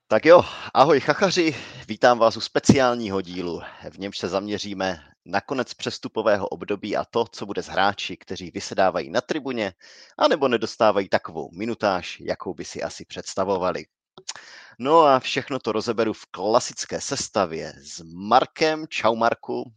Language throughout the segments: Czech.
Tak jo, ahoj chachaři, vítám vás u speciálního dílu, v němž se zaměříme na konec přestupového období a to, co bude s hráči, kteří vysedávají na tribuně, anebo nedostávají takovou minutáž, jakou by si asi představovali. No a všechno to rozeberu v klasické sestavě s Markem. Čau Marku.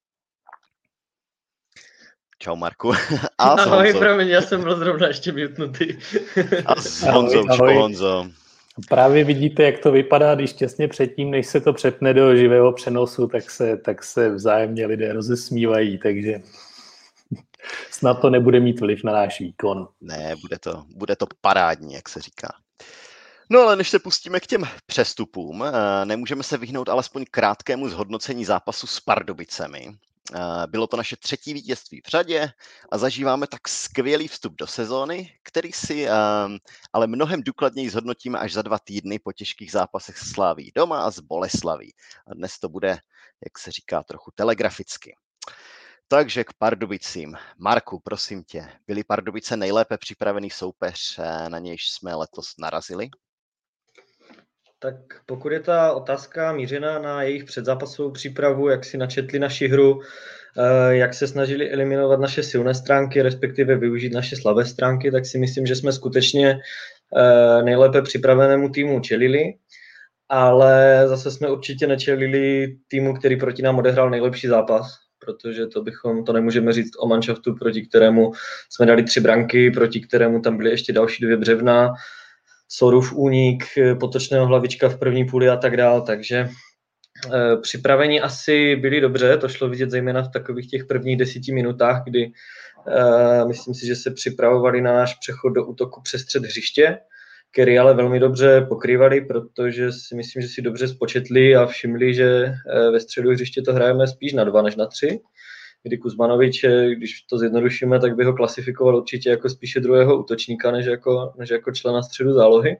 Čau Marku. A s Ahoj, Honzou. promiň, já jsem byl zrovna ještě mutnutý. A s Honzou. Čau Honzo. Právě vidíte, jak to vypadá, když těsně předtím, než se to přepne do živého přenosu, tak se vzájemně lidé rozesmívají, takže snad to nebude mít vliv na náš výkon. Ne, bude to parádní, jak se říká. No ale než se pustíme k těm přestupům, nemůžeme se vyhnout alespoň krátkému zhodnocení zápasu s Pardubicemi. Bylo to naše 3. vítězství v řadě a zažíváme tak skvělý vstup do sezóny, který si ale mnohem důkladněji zhodnotíme až za 2 týdny po těžkých zápasech s Slaví doma a s Boleslaví. A dnes to bude, jak se říká, trochu telegraficky. Takže k Pardubicím. Marku, prosím tě, byly Pardubice nejlépe připravený soupeř, na nějž jsme letos narazili? Tak pokud je ta otázka mířená na jejich předzápasovou přípravu, jak si načetli naši hru, jak se snažili eliminovat naše silné stránky, respektive využít naše slabé stránky, tak si myslím, že jsme skutečně nejlépe připravenému týmu čelili, ale zase jsme určitě nečelili týmu, který proti nám odehrál nejlepší zápas, protože to nemůžeme říct o manšaftu, proti kterému jsme dali 3 branky, proti kterému tam byly ještě další 2 břevna, Sorův únik, Potočného hlavička v první půli a tak dál, takže připraveni asi byli dobře, to šlo vidět zejména v takových těch prvních 10 minutách, kdy myslím si, že se připravovali na náš přechod do útoku přes střed hřiště, který ale velmi dobře pokrývali, protože si myslím, že si dobře spočetli a všimli, že ve středu hřiště to hrajeme spíš na 2 než na 3, kdy Kuzmanovič, když to zjednodušíme, tak by ho klasifikoval určitě jako spíše druhého útočníka, než jako člena středu zálohy.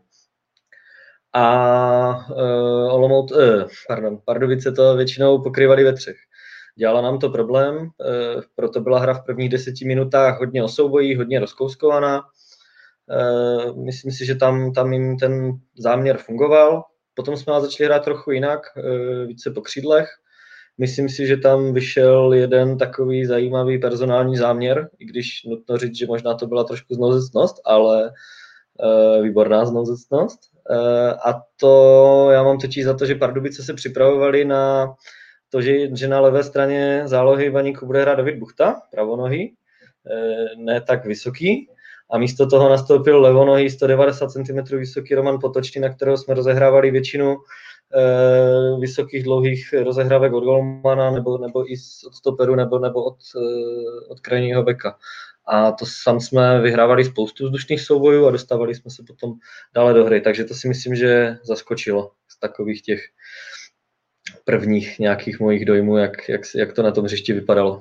A Pardubice to většinou pokrývali ve 3. Dělala nám to problém, proto byla hra v prvních 10 minutách hodně o soubojí, hodně rozkouskovaná. Myslím si, že tam jim ten záměr fungoval. Potom jsme začali hrát trochu jinak, více po křídlech. Myslím si, že tam vyšel jeden takový zajímavý personální záměr, i když nutno říct, že možná to byla trošku znouzectnost, ale výborná znouzectnost. A to já mám totiž za to, že Pardubice se připravovali na to, že na levé straně zálohy Baníku bude hrát David Buchta, pravonohý, ne tak vysoký, a místo toho nastoupil levonohý 190 cm vysoký Roman Potočný, na kterého jsme rozehrávali většinu vysokých, dlouhých rozehrávek od golmana nebo i od stoperu nebo od krajního beka. A to sam jsme vyhrávali spoustu vzdušných soubojů a dostávali jsme se potom dále do hry. Takže to si myslím, že zaskočilo z takových těch prvních nějakých mojich dojmů, jak to na tom hřišti vypadalo.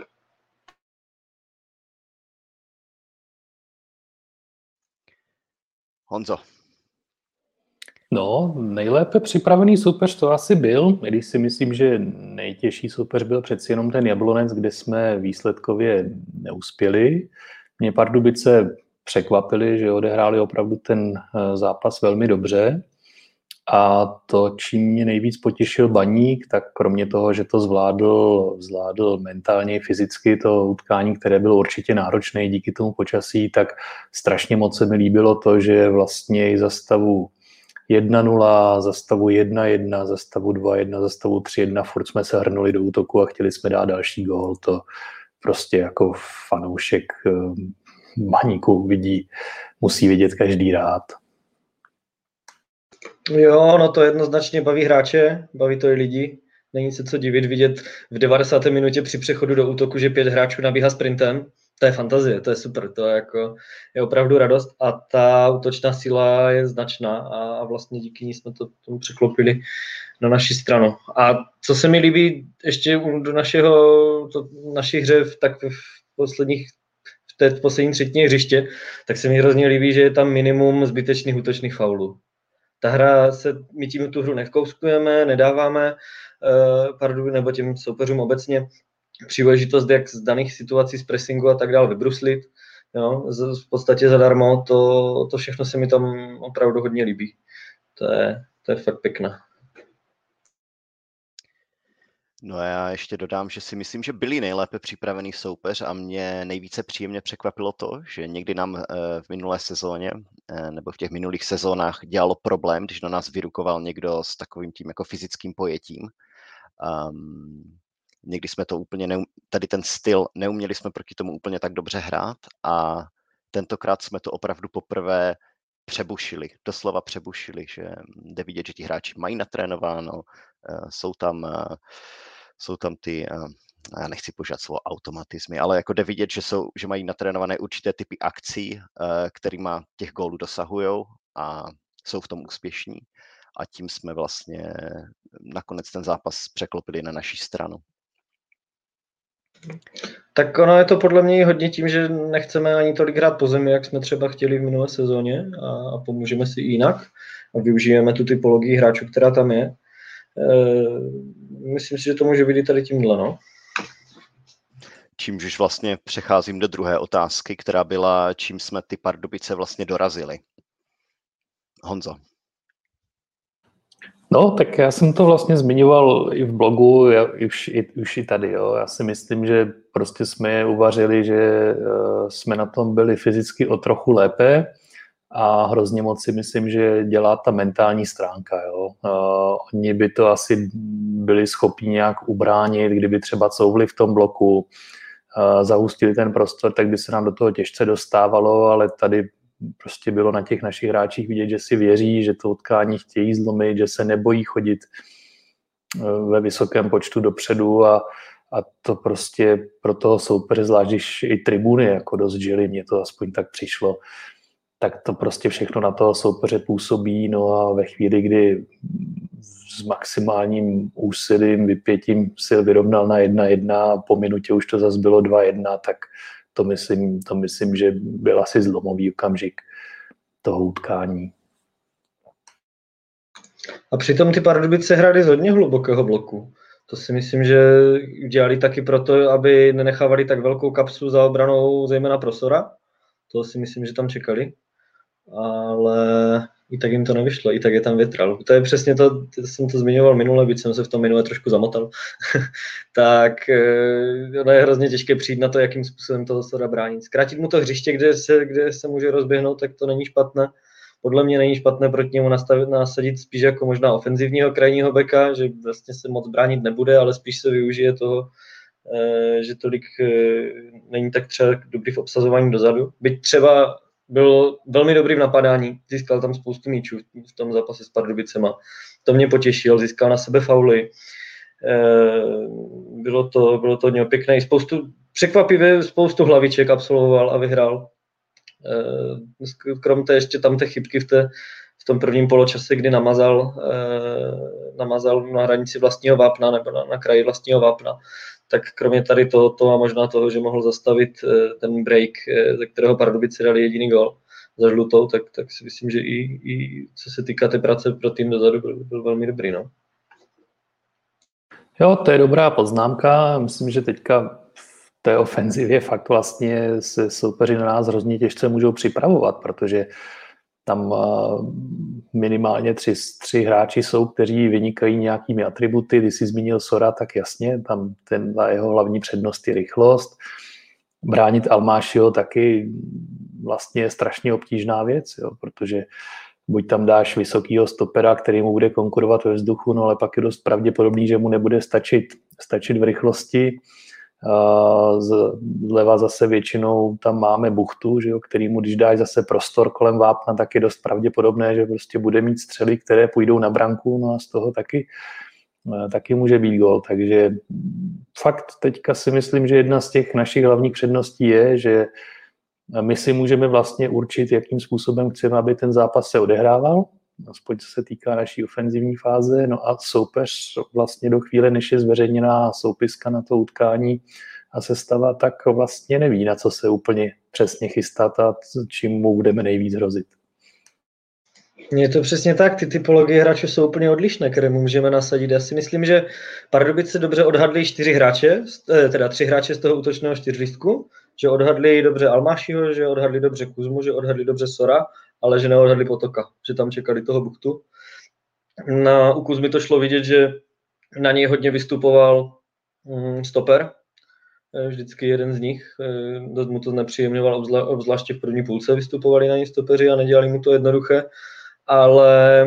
Honzo. No, nejlépe připravený soupeř to asi byl, když si myslím, že nejtěžší soupeř byl přeci jenom ten Jablonec, kde jsme výsledkově neuspěli. Mě Pardubice překvapili, že odehráli opravdu ten zápas velmi dobře. A to, čím mě nejvíc potěšil Baník, tak kromě toho, že to zvládl mentálně i fyzicky to utkání, které bylo určitě náročné díky tomu počasí, tak strašně moc se mi líbilo to, že vlastně i za stavu 1-0, za stavu 1-1, za stavu 2-1, za stavu 3-1, furt jsme se hrnuli do útoku a chtěli jsme dát další gól. To prostě jako fanoušek Baníku musí vidět každý rád. Jo, no to jednoznačně baví hráče, baví to i lidi. Není se co divit vidět v 90. minutě při přechodu do útoku, že 5 hráčů nabíhá sprintem. To je fantazie, to je super, to je opravdu radost a ta útočná síla je značná a vlastně díky ní jsme to tomu překlopili na naši stranu. A co se mi líbí ještě do naší hře v té poslední třetině hřiště, tak se mi hrozně líbí, že je tam minimum zbytečných útočných faulů. Ta hra my tím tu hru nevkouskujeme, nedáváme nebo těm soupeřům obecně příležitost, jak z daných situací z pressingu a tak dále vybruslit. Jo, v podstatě zadarmo, to všechno se mi tam opravdu hodně líbí. To To je fakt pěkné. No a já ještě dodám, že si myslím, že byli nejlépe připravený soupeř a mě nejvíce příjemně překvapilo to, že někdy nám v minulé sezóně nebo v těch minulých sezónách dělalo problém, když na nás vyrukoval někdo s takovým tím jako fyzickým pojetím. Někdy jsme to úplně, tady ten styl, neuměli jsme proti tomu úplně tak dobře hrát a tentokrát jsme to opravdu poprvé doslova přebušili, že jde vidět, že ti hráči mají natrénováno, jsou tam ty, já nechci používat slovo automatizmy, ale jako jde vidět, že mají natrénované určité typy akcí, kterýma těch gólů dosahujou a jsou v tom úspěšní. A tím jsme vlastně nakonec ten zápas překlopili na naši stranu. Tak ono je to podle mě hodně tím, že nechceme ani tolik hrát po zemi, jak jsme třeba chtěli v minulé sezóně a pomůžeme si jinak a využijeme tu typologii hráčů, která tam je. Myslím si, že to může být tady tímhle, no. Čímž už vlastně přecházím do druhé otázky, která byla, čím jsme ty Pardubice vlastně dorazili. Honzo. No, tak já jsem to vlastně zmiňoval i v blogu, už i tady. Jo. Já si myslím, že prostě jsme je uvařili, že jsme na tom byli fyzicky o trochu lépe a hrozně moc si myslím, že dělá ta mentální stránka. Jo. Oni by to asi byli schopni nějak ubránit, kdyby třeba couvli v tom bloku, zahustili ten prostor, tak by se nám do toho těžce dostávalo, ale tady prostě bylo na těch našich hráčích vidět, že si věří, že to utkání chtějí zlomit, že se nebojí chodit ve vysokém počtu dopředu a to prostě pro toho soupeře, zvlášť když i tribuny jako dost žili, mně to aspoň tak přišlo, tak to prostě všechno na toho soupeře působí, no a ve chvíli, kdy s maximálním úsilím, vypětím sil vyrovnal na 1-1 a po minutě už to zase bylo 2-1, tak to myslím, že byl asi zlomový okamžik toho utkání. A přitom ty Pardubice hrály z hodně hlubokého bloku. To si myslím, že dělali taky proto, aby nenechávali tak velkou kapsu za obranou, zejména Prosora. To si myslím, že tam čekali. Ale i tak jim to nevyšlo, i tak je tam větral. To je přesně to, jsem to zmiňoval minule, byť jsem se v tom minule trošku zamotal. Tak ono je hrozně těžké přijít na to, jakým způsobem toho Sora bránit. Zkrátit mu to hřiště, kde se může rozběhnout, tak to není špatné. Podle mě není špatné proti němu nasadit spíš jako možná ofenzivního krajního beka, že vlastně se moc bránit nebude, ale spíš se využije toho, že tolik není tak třeba dobrý v obsazování dozadu. Byť třeba byl velmi dobrý v napadání, získal tam spoustu míčů v tom zápase s Pardubicema. To mě potěšil, získal na sebe fauly. Bylo to hodně pěkné. Překvapivě spoustu hlaviček absolvoval a vyhrál. Krom té ještě tam té chybky v tom prvním poločase, kdy namazal na hranici vlastního vápna nebo na kraji vlastního vápna, tak kromě tady tohoto a možná toho, že mohl zastavit ten break, ze kterého Pardubice dali jediný gól za žlutou, tak si myslím, že i co se týká té práce pro tým dozadu, byl velmi dobrý. No. Jo, to je dobrá poznámka. Myslím, že teďka v té ofenzivě fakt vlastně se soupeři na nás hrozně těžce můžou připravovat, protože tam minimálně tři hráči jsou, kteří vynikají nějakými atributy. Když jsi zmínil Sora, tak jasně, tam jeho hlavní přednost je rychlost. Bránit Almášiho taky vlastně je strašně obtížná věc, jo, protože buď tam dáš vysokýho stopera, který mu bude konkurovat ve vzduchu, no ale pak je dost pravděpodobný, že mu nebude stačit v rychlosti. Zleva zase většinou tam máme Buchtu, že jo, kterýmu, když dáš zase prostor kolem vápna, tak je dost pravděpodobné, že prostě bude mít střely, které půjdou na branku, no a z toho taky může být gól. Takže fakt teďka si myslím, že jedna z těch našich hlavních předností je, že my si můžeme vlastně určit, jakým způsobem chceme, aby ten zápas se odehrával, aspoň co se týká naší ofenzivní fáze, no a soupeř vlastně do chvíle, než je zveřejněná soupiska na to utkání a sestava, tak vlastně neví, na co se úplně přesně chystat a čím mu budeme nejvíc hrozit. Je to přesně tak, ty typologie hráčů jsou úplně odlišné, které můžeme nasadit. Já si myslím, že Pardubice dobře odhadli 3 hráče z toho útočného 4lístku, že odhadli dobře Almášiho, že odhadli dobře Kuzmu, že odhadli dobře Sora, ale že neodhadli Potoka, že tam čekali toho Buchtu. U Kuzmy to šlo vidět, že na něj hodně vystupoval stoper, vždycky jeden z nich, dost mu to nepříjemňoval, obzvláště v první půlce vystupovali na něj stopeři a nedělali mu to jednoduché, ale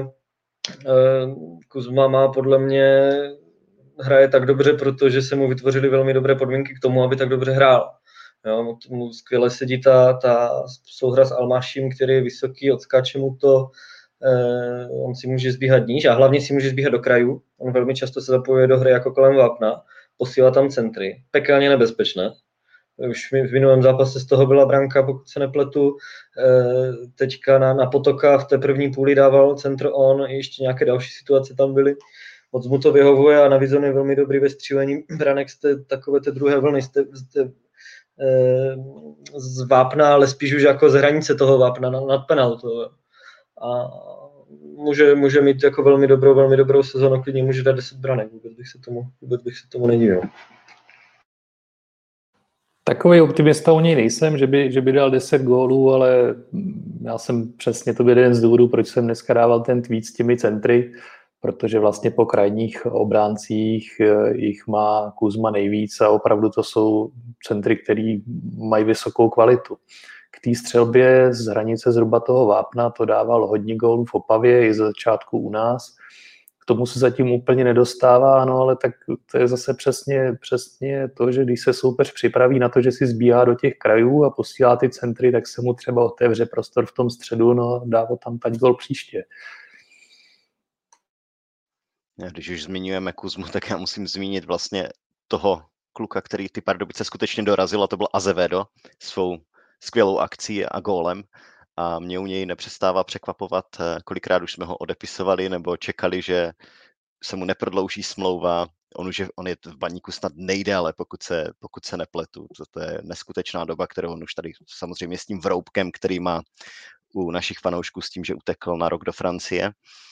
Kuzma má podle mě hraje tak dobře, protože se mu vytvořily velmi dobré podmínky k tomu, aby tak dobře hrál. Jo, mu skvěle sedí ta souhra s Almáším, který je vysoký, odskáče mu to, on si může zbíhat níž a hlavně si může zbíhat do krajů. On velmi často se zapojuje do hry jako kolem vápna, posílá tam centry, pekelně nebezpečné. Už v minulém zápase z toho byla branka, pokud se nepletu. Teďka na Potoka v té první půli dával centr on, i ještě nějaké další situace tam byly. Moc mu to vyhovuje a navíc on je velmi dobrý ve střílení branek z takové té druhé vlny, z vápna, ale spíš už jako z hranice toho vápna nad penaltou. A může mít jako velmi dobrou sezonu, klidně může dát 10 branek, vůbec bych se tomu nedivil. Takový optimista u něj nejsem, že by dal 10 gólů, ale já jsem přesně to byl jeden z důvodů, proč jsem dneska dával ten tweet s těmi centry, protože vlastně po krajních obráncích jich má Kuzma nejvíc a opravdu to jsou centry, které mají vysokou kvalitu. K té střelbě z hranice zhruba toho vápna to dával hodně gólů v Opavě i ze začátku u nás. K tomu se zatím úplně nedostává, no ale tak to je zase přesně to, že když se soupeř připraví na to, že si zbíhá do těch krajů a posílá ty centry, tak se mu třeba otevře prostor v tom středu, no dá ho tam tať gól příště. Když už zmiňujeme Kuzmu, tak já musím zmínit vlastně toho kluka, který ty Pardubice skutečně dorazil, a to byl Azevedo svou skvělou akcí a gólem. A mě u něj nepřestává překvapovat, kolikrát už jsme ho odepisovali nebo čekali, že se mu neprodlouží smlouva. On je v Baníku snad nejdéle, pokud se nepletu. To je neskutečná doba, kterou on už tady samozřejmě s tím vroubkem, který má u našich fanoušků s tím, že utekl na rok do Francie.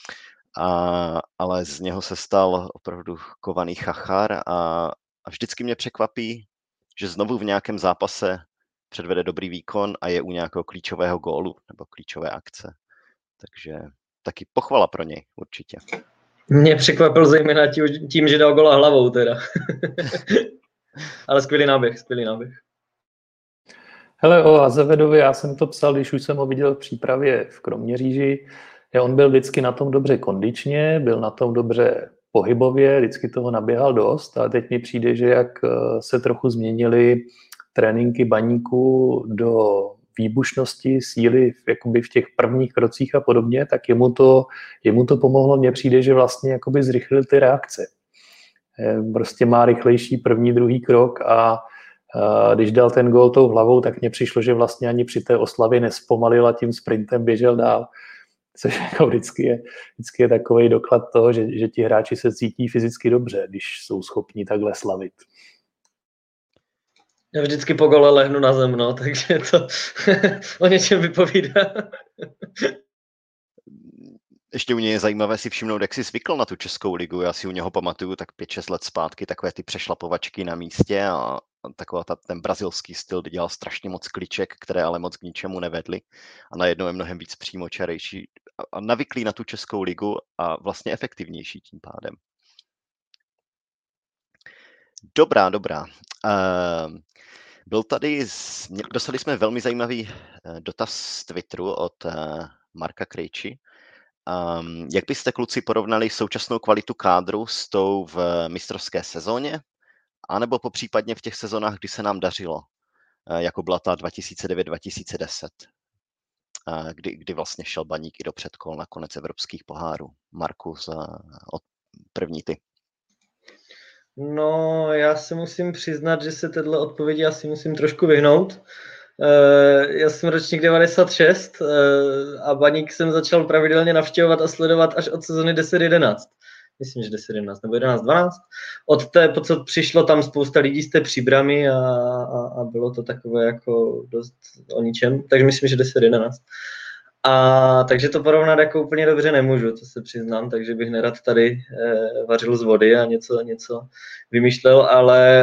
Ale z něho se stal opravdu kovaný chachar a vždycky mě překvapí, že znovu v nějakém zápase předvede dobrý výkon a je u nějakého klíčového gólu nebo klíčové akce. Takže taky pochvala pro něj určitě. Mě překvapil zejména tím, že dal góla hlavou teda. Ale skvělý náběh. Hele, o Azevedovi já jsem to psal, když už jsem ho viděl v přípravě v Kroměříži. On byl vždycky na tom dobře kondičně, byl na tom dobře pohybově, vždycky toho naběhal dost, ale teď mi přijde, že jak se trochu změnily tréninky Baníku do výbušnosti, síly jakoby v těch prvních krocích a podobně, tak jemu to pomohlo. Mně přijde, že vlastně jakoby zrychlil ty reakce. Prostě má rychlejší první, druhý krok a když dal ten gól tou hlavou, tak mně přišlo, že vlastně ani při té oslavě nespomalil a tím sprintem běžel dál. Což jako vždycky je takový doklad toho, že ti hráči se cítí fyzicky dobře, když jsou schopni takhle slavit. Já vždycky po gole lehnu na zem, no, takže to o něčem vypovídá. Ještě u něj je zajímavé si všimnout, jak si zvykl na tu Českou ligu. Já si u něho pamatuju tak 5-6 let zpátky takové ty přešlapovačky na místě a ten brazilský styl, kdy dělal strašně moc kliček, které ale moc k ničemu nevedly a najednou je mnohem víc přímočarejší a navyklý na tu Českou ligu a vlastně efektivnější tím pádem. Dobrá. Dostali jsme velmi zajímavý dotaz z Twitteru od Marka Krejči. Jak byste, kluci, porovnali současnou kvalitu kádru s tou v mistrovské sezóně, anebo popřípadně v těch sezónách, kdy se nám dařilo, jako byla ta 2009-2010, kdy vlastně šel Baník i do předkol na konec evropských pohárů. Markus, od první ty. No, já se musím přiznat, že se téhle odpovědi asi musím trošku vyhnout. Já jsem ročník 96 a Baník jsem začal pravidelně navštěvovat a sledovat až od sezony 10-11. Myslím, že 10-11 nebo 11-12. Od té, co přišlo tam spousta lidí z té Příbramy a bylo to takové jako dost o ničem, takže myslím, že 10-11. A takže to porovnat jako úplně dobře nemůžu, to se přiznám, takže bych nerad tady vařil z vody a něco vymýšlel, ale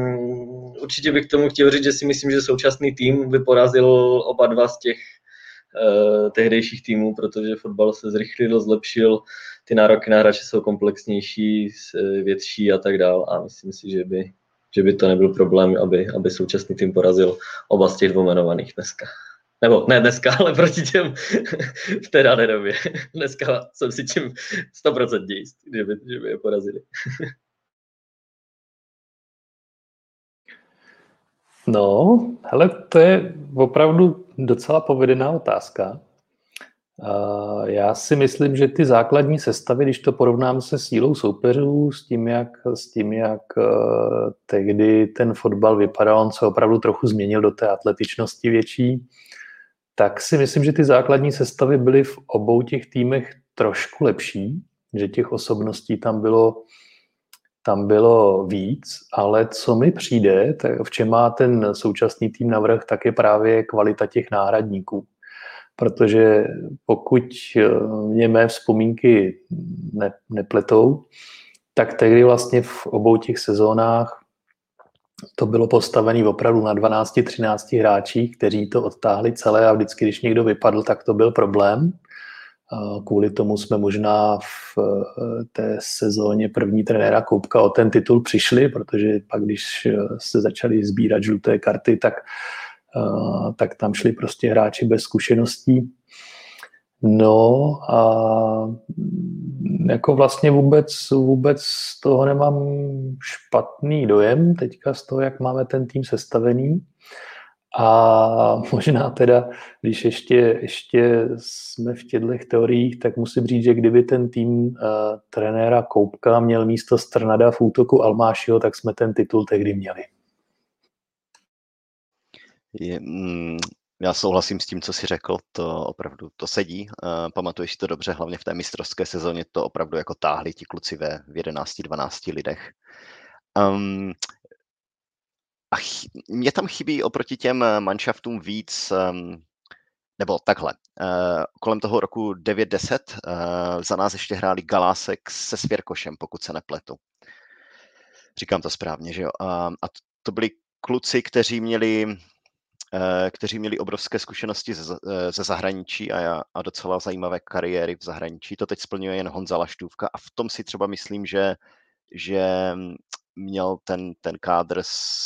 určitě bych tomu chtěl říct, že si myslím, že současný tým by porazil oba dva z těch tehdejších týmů, protože fotbal se zrychlil, zlepšil, ty nároky na hráče jsou komplexnější, větší a tak dál a myslím si, že by to nebyl problém, aby současný tým porazil oba z těch dvou jmenovaných dneska. Nebo ne dneska, ale proti těm v té dané době. Dneska jsem si tím 100% jist, že by je porazili. No, hele, to je opravdu docela povedená otázka. Já si myslím, že ty základní sestavy, když to porovnám se sílou soupeřů, s tím, jak tehdy ten fotbal vypadal, on se opravdu trochu změnil do té atletičnosti větší, tak si myslím, že ty základní sestavy byly v obou těch týmech trošku lepší, že těch osobností tam bylo víc, ale co mi přijde, v čem má ten současný tým navrch, tak je právě kvalita těch náhradníků. Protože pokud mě mé vzpomínky nepletou, tak tehdy vlastně v obou těch sezónách to bylo postavené opravdu na 12-13 hráčích, kteří to odtáhli celé a vždycky, když někdo vypadl, tak to byl problém. Kvůli tomu jsme možná v té sezóně první trenéra Koubka o ten titul přišli, protože pak, když se začaly sbírat žluté karty, tak tam šli prostě hráči bez zkušeností. No a jako vlastně vůbec z toho nemám špatný dojem teďka z toho, jak máme ten tým sestavený. A možná teda, když ještě jsme v těchto teoriích, tak musím říct, že kdyby ten tým trenéra Koubka měl místo Strnada v útoku Almášiho, tak jsme ten titul tehdy měli. Já souhlasím s tím, co jsi řekl, to opravdu to sedí. Pamatuješ si to dobře, hlavně v té mistrovské sezóně to opravdu jako táhli ti kluci v 11-12 lidech. A mě tam chybí oproti těm manšaftům víc, nebo takhle, kolem toho roku 9-10 za nás ještě hráli Galásek se Svěrkošem, pokud se nepletu. Říkám to správně, že jo? A to byli kluci, kteří měli obrovské zkušenosti ze zahraničí a docela zajímavé kariéry v zahraničí. To teď splňuje jen Honza Laštůvka a v tom si třeba myslím, že měl ten kádr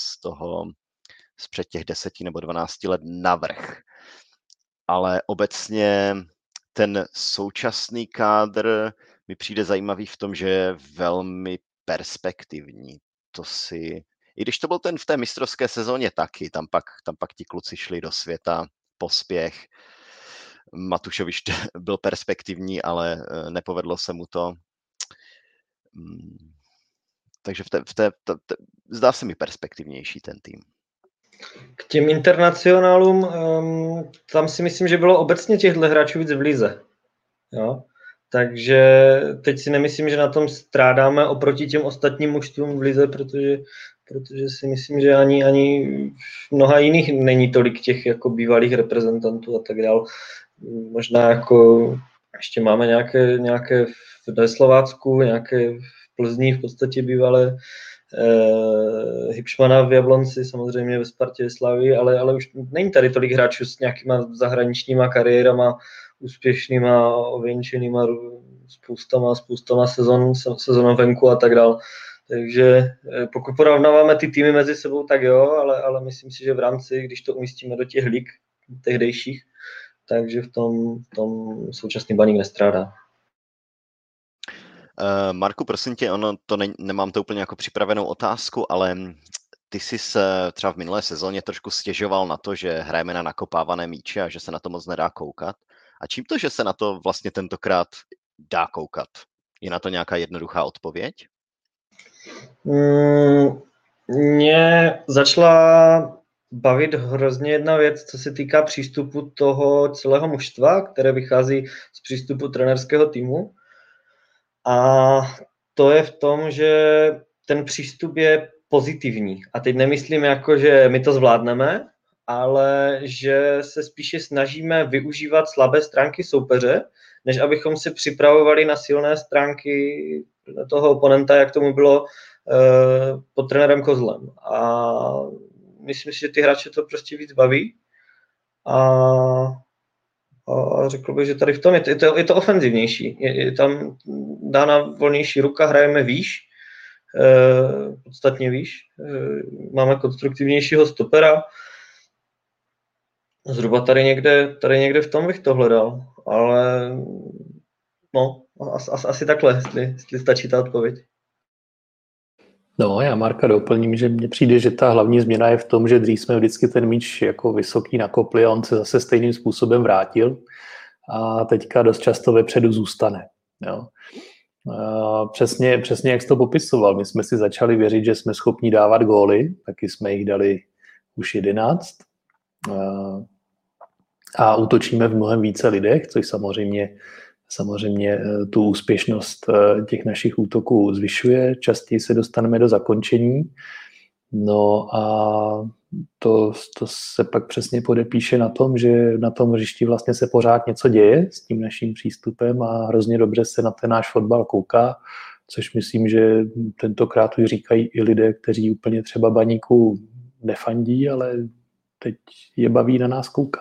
z před těch 10 nebo 12 let navrch. Ale obecně ten současný kádr mi přijde zajímavý v tom, že je velmi perspektivní. I když to byl ten v té mistrovské sezóně taky, tam pak ti kluci šli do světa, Pospěch. Matušovič byl perspektivní, ale nepovedlo se mu to. Takže zdá se mi perspektivnější ten tým. K těm internacionálům, tam si myslím, že bylo obecně těchto hráčů víc v lize. Jo? Takže teď si nemyslím, že na tom strádáme oproti těm ostatním mužstvům v lize, protože si myslím, že ani v mnoha jiných není tolik těch jako bývalých reprezentantů a tak dál. Možná jako ještě máme nějaké ve Slovácku, nějaké v Plzni v podstatě bývalé, Hipšmana v Jablonci, samozřejmě ve Spartě, ve Slavii, ale už není tady tolik hráčů s nějakýma zahraničníma kariérama, úspěšnýma, ověnčenýma, spoustama sezon venku a tak dál. Takže pokud porovnáváme ty týmy mezi sebou, tak jo, ale myslím si, že v rámci, když to umístíme do těch lig tehdejších, takže v tom současný Baník nestrádá. Marku, prosím tě, nemám to úplně jako připravenou otázku, ale ty jsi se třeba v minulé sezóně trošku stěžoval na to, že hrajeme na nakopávané míče a že se na to moc nedá koukat. A čím to, že se na to vlastně tentokrát dá koukat? Je na to nějaká jednoduchá odpověď? Mě začala bavit hrozně jedna věc, co se týká přístupu toho celého mužstva, které vychází z přístupu trenérského týmu. A to je v tom, že ten přístup je pozitivní. A teď nemyslím jako, že my to zvládneme, ale že se spíše snažíme využívat slabé stránky soupeře, než abychom si připravovali na silné stránky toho oponenta, jak tomu bylo pod trenérem Kozlem. A myslím si, že ty hráče to prostě víc baví. A řekl bych, že tady v tom je to ofenzivnější. Je tam dána volnější ruka, hrajeme výš, podstatně výš. Máme konstruktivnějšího stopera. Zhruba tady někde v tom bych to hledal, ale no, asi takhle, jestli stačí ta odpověď. No, já Marka doplním, že mně přijde, že ta hlavní změna je v tom, že dřív jsme vždycky ten míč jako vysoký nakopli a on se zase stejným způsobem vrátil a teďka dost často vepředu zůstane. Jo. Přesně jak jsi to popisoval, my jsme si začali věřit, že jsme schopni dávat góly, taky jsme jich dali už 11 a útočíme v mnohem více lidech, což samozřejmě tu úspěšnost těch našich útoků zvyšuje, častěji se dostaneme do zakončení, no a to se pak přesně podepíše na tom, že na tom hřišti vlastně se pořád něco děje s tím naším přístupem a hrozně dobře se na ten náš fotbal kouká, což myslím, že tentokrát už říkají i lidé, kteří úplně třeba Baníku nefandí, ale teď je baví na nás koukat.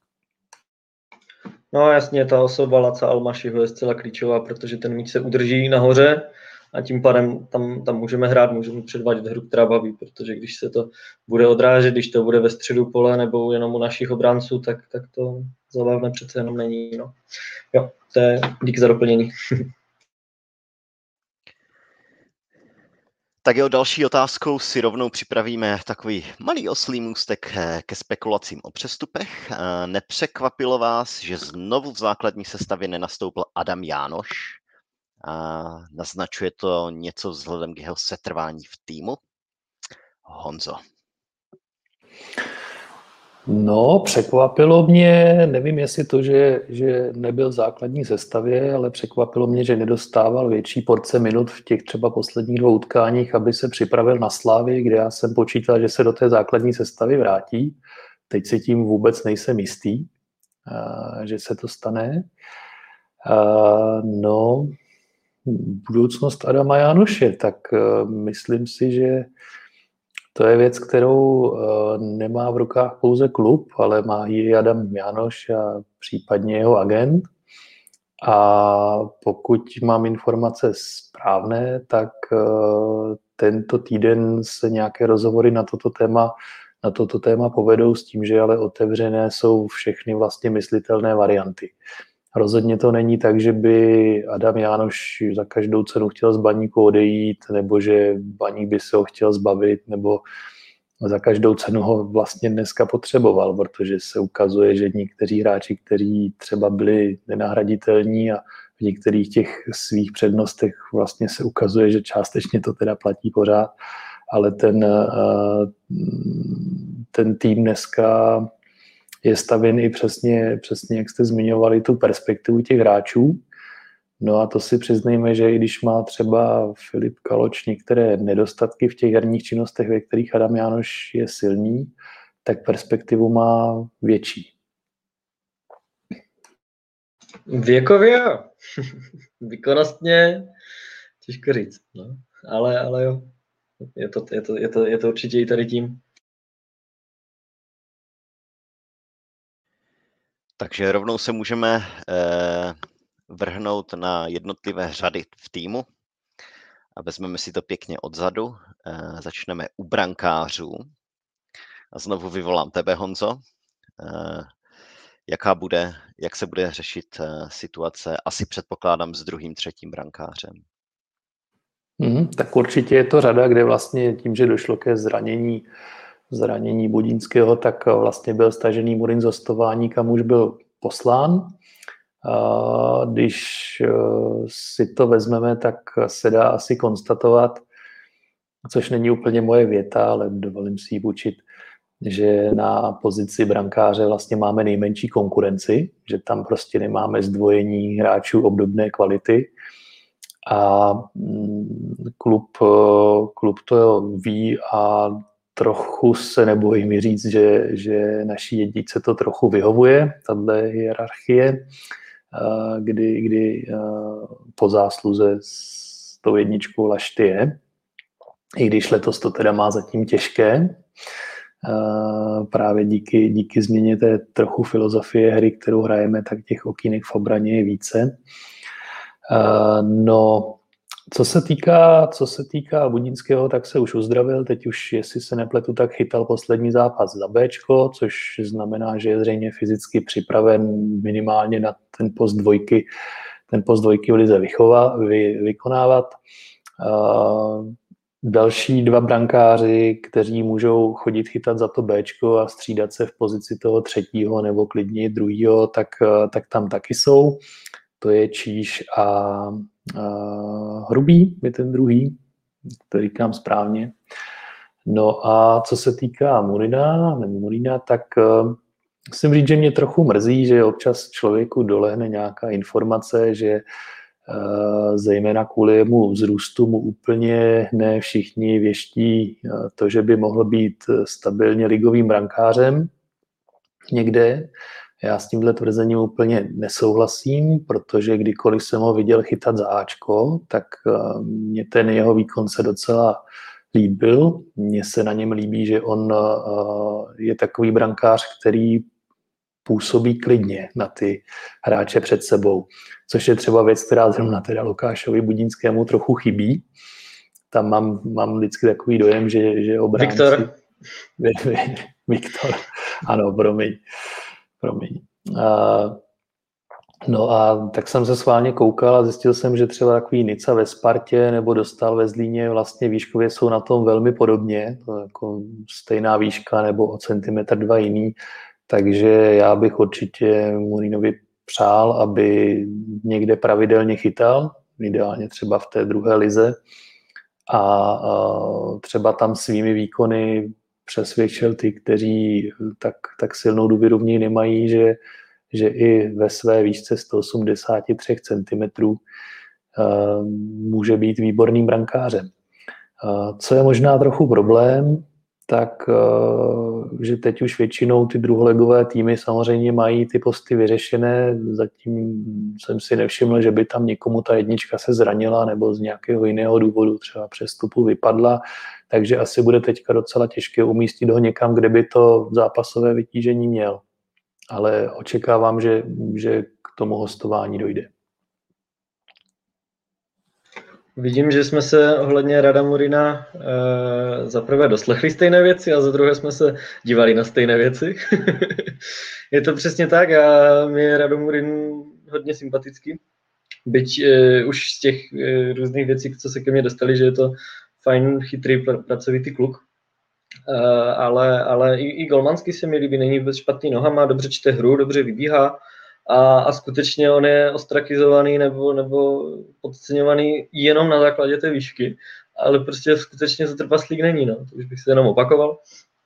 No jasně, ta osoba Laca Almašiho je zcela klíčová, protože ten míč se udrží nahoře a tím pádem tam můžeme hrát, můžeme předvádět hru, která baví, protože když se to bude odrážet, když to bude ve středu pole nebo jenom u našich obránců, tak to zabavné přece jenom není. No. Jo, to je díky za doplnění. Tak jo, další otázkou si rovnou připravíme takový malý oslý můstek ke spekulacím o přestupech. Nepřekvapilo vás, že znovu v základní sestavě nenastoupil Adam Jánoš? Naznačuje to něco vzhledem k jeho setrvání v týmu? Honzo. No, překvapilo mě, nevím jestli to, že nebyl v základní sestavě, ale překvapilo mě, že nedostával větší porce minut v těch třeba posledních 2 utkáních, aby se připravil na Slávy, kde já jsem počítal, že se do té základní sestavy vrátí. Teď si tím vůbec nejsem jistý, že se to stane. No, budoucnost Adama Jánoše, tak myslím si, že to je věc, kterou nemá v rukách pouze klub, ale má ji Adam Jánoš a případně jeho agent. A pokud mám informace správné, tak tento týden se nějaké rozhovory na toto téma povedou s tím, že ale otevřené jsou všechny vlastně myslitelné varianty. Rozhodně to není tak, že by Adam Jánoš za každou cenu chtěl z Baníku odejít, nebo že Baník by se ho chtěl zbavit, nebo za každou cenu ho vlastně dneska potřeboval, protože se ukazuje, že někteří hráči, kteří třeba byli nenahraditelní a v některých těch svých přednostech vlastně se ukazuje, že částečně to teda platí pořád, ale ten tým dneska je stavěn i přesně, jak jste zmiňovali, tu perspektivu těch hráčů. No a to si přiznejme, že i když má třeba Filip Kaloč některé nedostatky v těch herních činnostech, ve kterých Adam Jánoš je silný, tak perspektivu má větší. Věkově jo. Výkonnostně těžko říct. No. Ale jo. Je to určitě i tady tím. Takže rovnou se můžeme vrhnout na jednotlivé řady v týmu a vezmeme si to pěkně odzadu. Začneme u brankářů. A znovu vyvolám tebe, Honzo. Jak se bude řešit situace, asi předpokládám, s druhým, třetím brankářem? Tak určitě je to řada, kde vlastně tím, že došlo ke zranění Budínského, tak vlastně byl stažený Murin z hostování, kam už byl poslán. Když si to vezmeme, tak se dá asi konstatovat, což není úplně moje věta, ale dovolím si ji učit, že na pozici brankáře vlastně máme nejmenší konkurenci, že tam prostě nemáme zdvojení hráčů obdobné kvality a klub to ví a trochu se nebojím říct, že naší jedničce to trochu vyhovuje, tato hierarchie, kdy po zásluze s tou jedničkou Lašty je, i když letos to teda má zatím těžké. právě díky změně té trochu filozofie hry, kterou hrajeme, tak těch okýnek v obraně je více. No, co se týká Budínského, tak se už uzdravil, teď už, jestli se nepletu, tak chytal poslední zápas za Bčko, což znamená, že je zřejmě fyzicky připraven minimálně na ten post dvojky v lize vykonávat. Další dva brankáři, kteří můžou chodit chytat za to Bčko a střídat se v pozici toho třetího nebo klidně druhýho, tak tam taky jsou. To je Číš a Hrubý, je ten druhý, to říkám správně. No a co se týká Murína, tak musím říct, že mě trochu mrzí, že občas člověku dolehne nějaká informace, že zejména kvůli jemu vzrůstu mu úplně ne všichni věští to, že by mohl být stabilně ligovým brankářem někde. Já s tímhle tvrzením úplně nesouhlasím, protože kdykoliv jsem ho viděl chytat za Ačko, tak mě ten jeho výkon se docela líbil. Mně se na něm líbí, že on je takový brankář, který působí klidně na ty hráče před sebou, což je třeba věc, která zrovna teda Lukášovi Budínskému trochu chybí. Tam mám vždycky takový dojem, že obránci... Viktor. Ano, promiň. No a tak jsem se schválně koukal a zjistil jsem, že třeba takový Nica ve Spartě nebo Dostal ve Zlíně vlastně výškově jsou na tom velmi podobně, to jako stejná výška nebo o centimetr dva jiný, takže já bych určitě Murínovi přál, aby někde pravidelně chytal, ideálně třeba v té druhé lize a třeba tam svými výkony přesvědčil ty, kteří tak silnou důvěru v něj nemají, že i ve své výšce 183 cm může být výborným brankářem. Co je možná trochu problém, tak že teď už většinou ty druholigové týmy samozřejmě mají ty posty vyřešené. Zatím jsem si nevšiml, že by tam někomu ta jednička se zranila nebo z nějakého jiného důvodu třeba přestupu vypadla, takže asi bude teďka docela těžké umístit ho někam, kde by to zápasové vytížení měl. Ale očekávám, že k tomu hostování dojde. Vidím, že jsme se ohledně Rada Murína za prvé doslechli stejné věci a za druhé jsme se dívali na stejné věci. Je to přesně tak a mě je Rado Murín hodně sympatický. Byť už z těch různých věcí, co se ke mně dostali, že je to fajn, chytrý, pracovitý kluk. Ale i golmansky se mi líbí, není vůbec špatný nohama, dobře čte hru, dobře vybíhá. A skutečně on je ostrakizovaný nebo podceňovaný jenom na základě té výšky, ale prostě skutečně to trpaslík není, no. To už bych se jenom opakoval.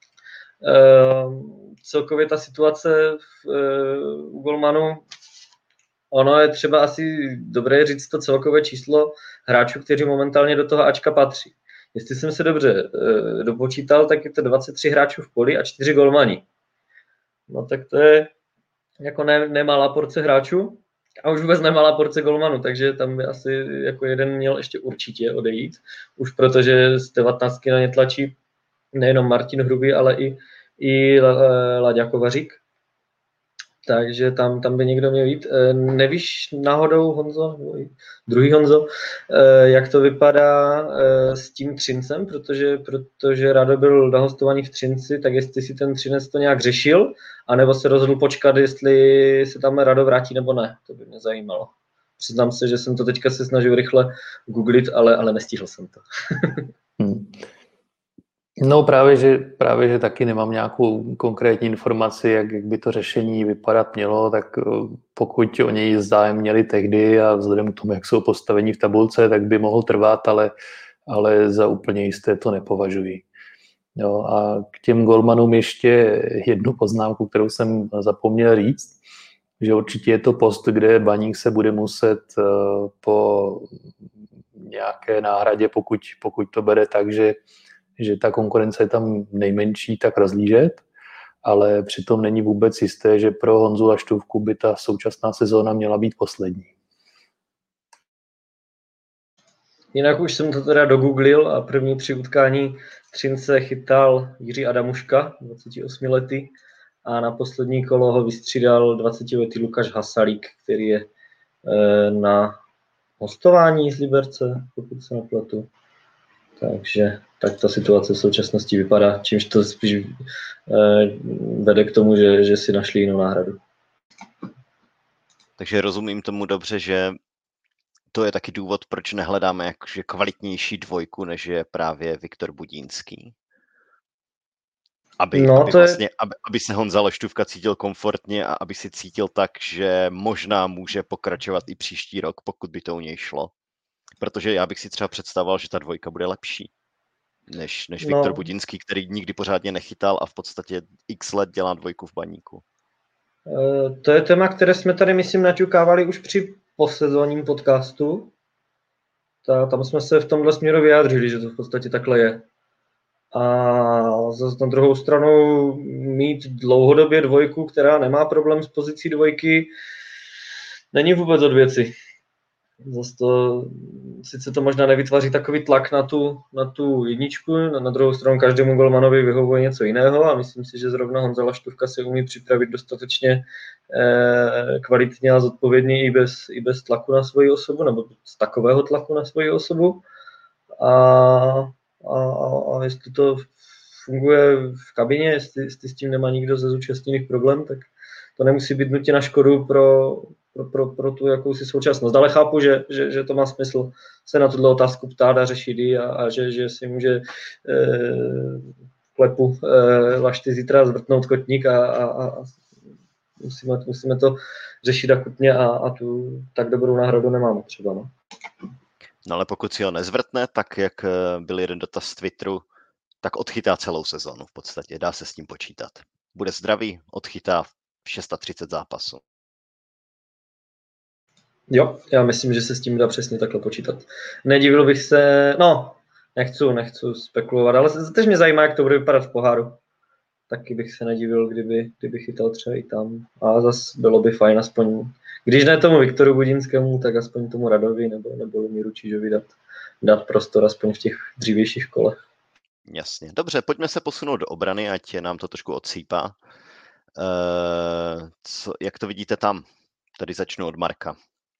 Celkově ta situace u golmanu, ono je třeba asi dobré říct to celkové číslo hráčů, kteří momentálně do toho Ačka patří. Jestli jsem se dobře dopočítal, tak je to 23 hráčů v poli a 4 golmani. No tak to je jako nemalá porce hráčů a už vůbec nemalá porce golmanů, takže tam by asi jako jeden měl ještě určitě odejít. Už protože z 19 na ně tlačí nejenom Martin Hrubý, ale i Láďa Kovařík. Takže tam by někdo měl jít. Nevíš náhodou, Honzo, druhý Honzo, jak to vypadá s tím Třincem, protože Rado byl na hostování v Třinci, tak jestli si ten Třinec to nějak řešil, anebo se rozhodl počkat, jestli se tam Rado vrátí nebo ne. To by mě zajímalo. Přiznám se, že jsem to teďka se snažil rychle googlit, ale nestihl jsem to. No právě, že taky nemám nějakou konkrétní informaci, jak by to řešení vypadat mělo, tak pokud o něj zájem měli tehdy a vzhledem k tomu, jak jsou postavení v tabulce, tak by mohl trvat, ale za úplně jisté to nepovažuji. Jo, a k těm golmanům ještě jednu poznámku, kterou jsem zapomněl říct, že určitě je to post, kde Baník se bude muset po nějaké náhradě, pokud to bere tak, že ta konkurence je tam nejmenší, tak rozlížet, ale přitom není vůbec jisté, že pro Honzu Laštůvku by ta současná sezóna měla být poslední. Jinak už jsem to teda dogooglil a první 3 utkání Třince chytal Jiří Adamuška, 28letý, a na poslední kolo ho vystřídal 20letý Lukáš Hasalík, který je na hostování z Liberce, pokud se nepletu. Takže tak ta situace v současnosti vypadá, čímž to spíš vede k tomu, že si našli jinou náhradu. Takže rozumím tomu dobře, že to je taky důvod, proč nehledáme jakože kvalitnější dvojku, než je právě Viktor Budínský. Aby se Honza Laštůvka cítil komfortně a aby si cítil tak, že možná může pokračovat i příští rok, pokud by to u něj šlo. Protože já bych si třeba představoval, že ta dvojka bude lepší než Viktor Budínský, který nikdy pořádně nechytal a v podstatě x let dělá dvojku v Baníku. To je téma, které jsme tady, myslím, naťukávali už při posezónním podcastu. Tam jsme se v tomhle směru vyjádřili, že to v podstatě takhle je. A zase na druhou stranu mít dlouhodobě dvojku, která nemá problém s pozicí dvojky, není vůbec od věci. Zase sice to možná nevytváří takový tlak na tu jedničku, na druhou stranu každému golmanovi vyhovuje něco jiného a myslím si, že zrovna Honza Laštůvka se umí připravit dostatečně kvalitně a zodpovědně i bez tlaku na svoji osobu, nebo z takového tlaku na svoji osobu. A jestli to funguje v kabině, jestli s tím nemá nikdo ze zúčastněných problém, tak to nemusí být nutně na škodu pro tu jakousi současnost. Ale chápu, že to má smysl se na tuto otázku ptát a řešit ji a že si může klepu Lašty zítra zvrtnout kotník a musíme to řešit akutně a tu tak dobrou náhradu nemáme třeba. No. No ale pokud si ho nezvrtne, tak jak byl jeden dotaz z Twitteru, tak odchytá celou sezonu v podstatě, dá se s tím počítat. Bude zdravý, odchytá 630 zápasů. Jo, já myslím, že se s tím dá přesně takhle počítat. Nedivil bych se, nechci spekulovat, ale teď mě zajímá, jak to bude vypadat v poháru. Taky bych se nedivil, kdyby chytal třeba i tam. A zase bylo by fajn aspoň, když ne tomu Viktoru Budinskému, tak aspoň tomu Radovi nebo Lumíru Čížovi dát prostor aspoň v těch dřívějších kolech. Jasně. Dobře, pojďme se posunout do obrany, ať nám to trošku odsýpá. Jak to vidíte tam? Tady začnu od Marka.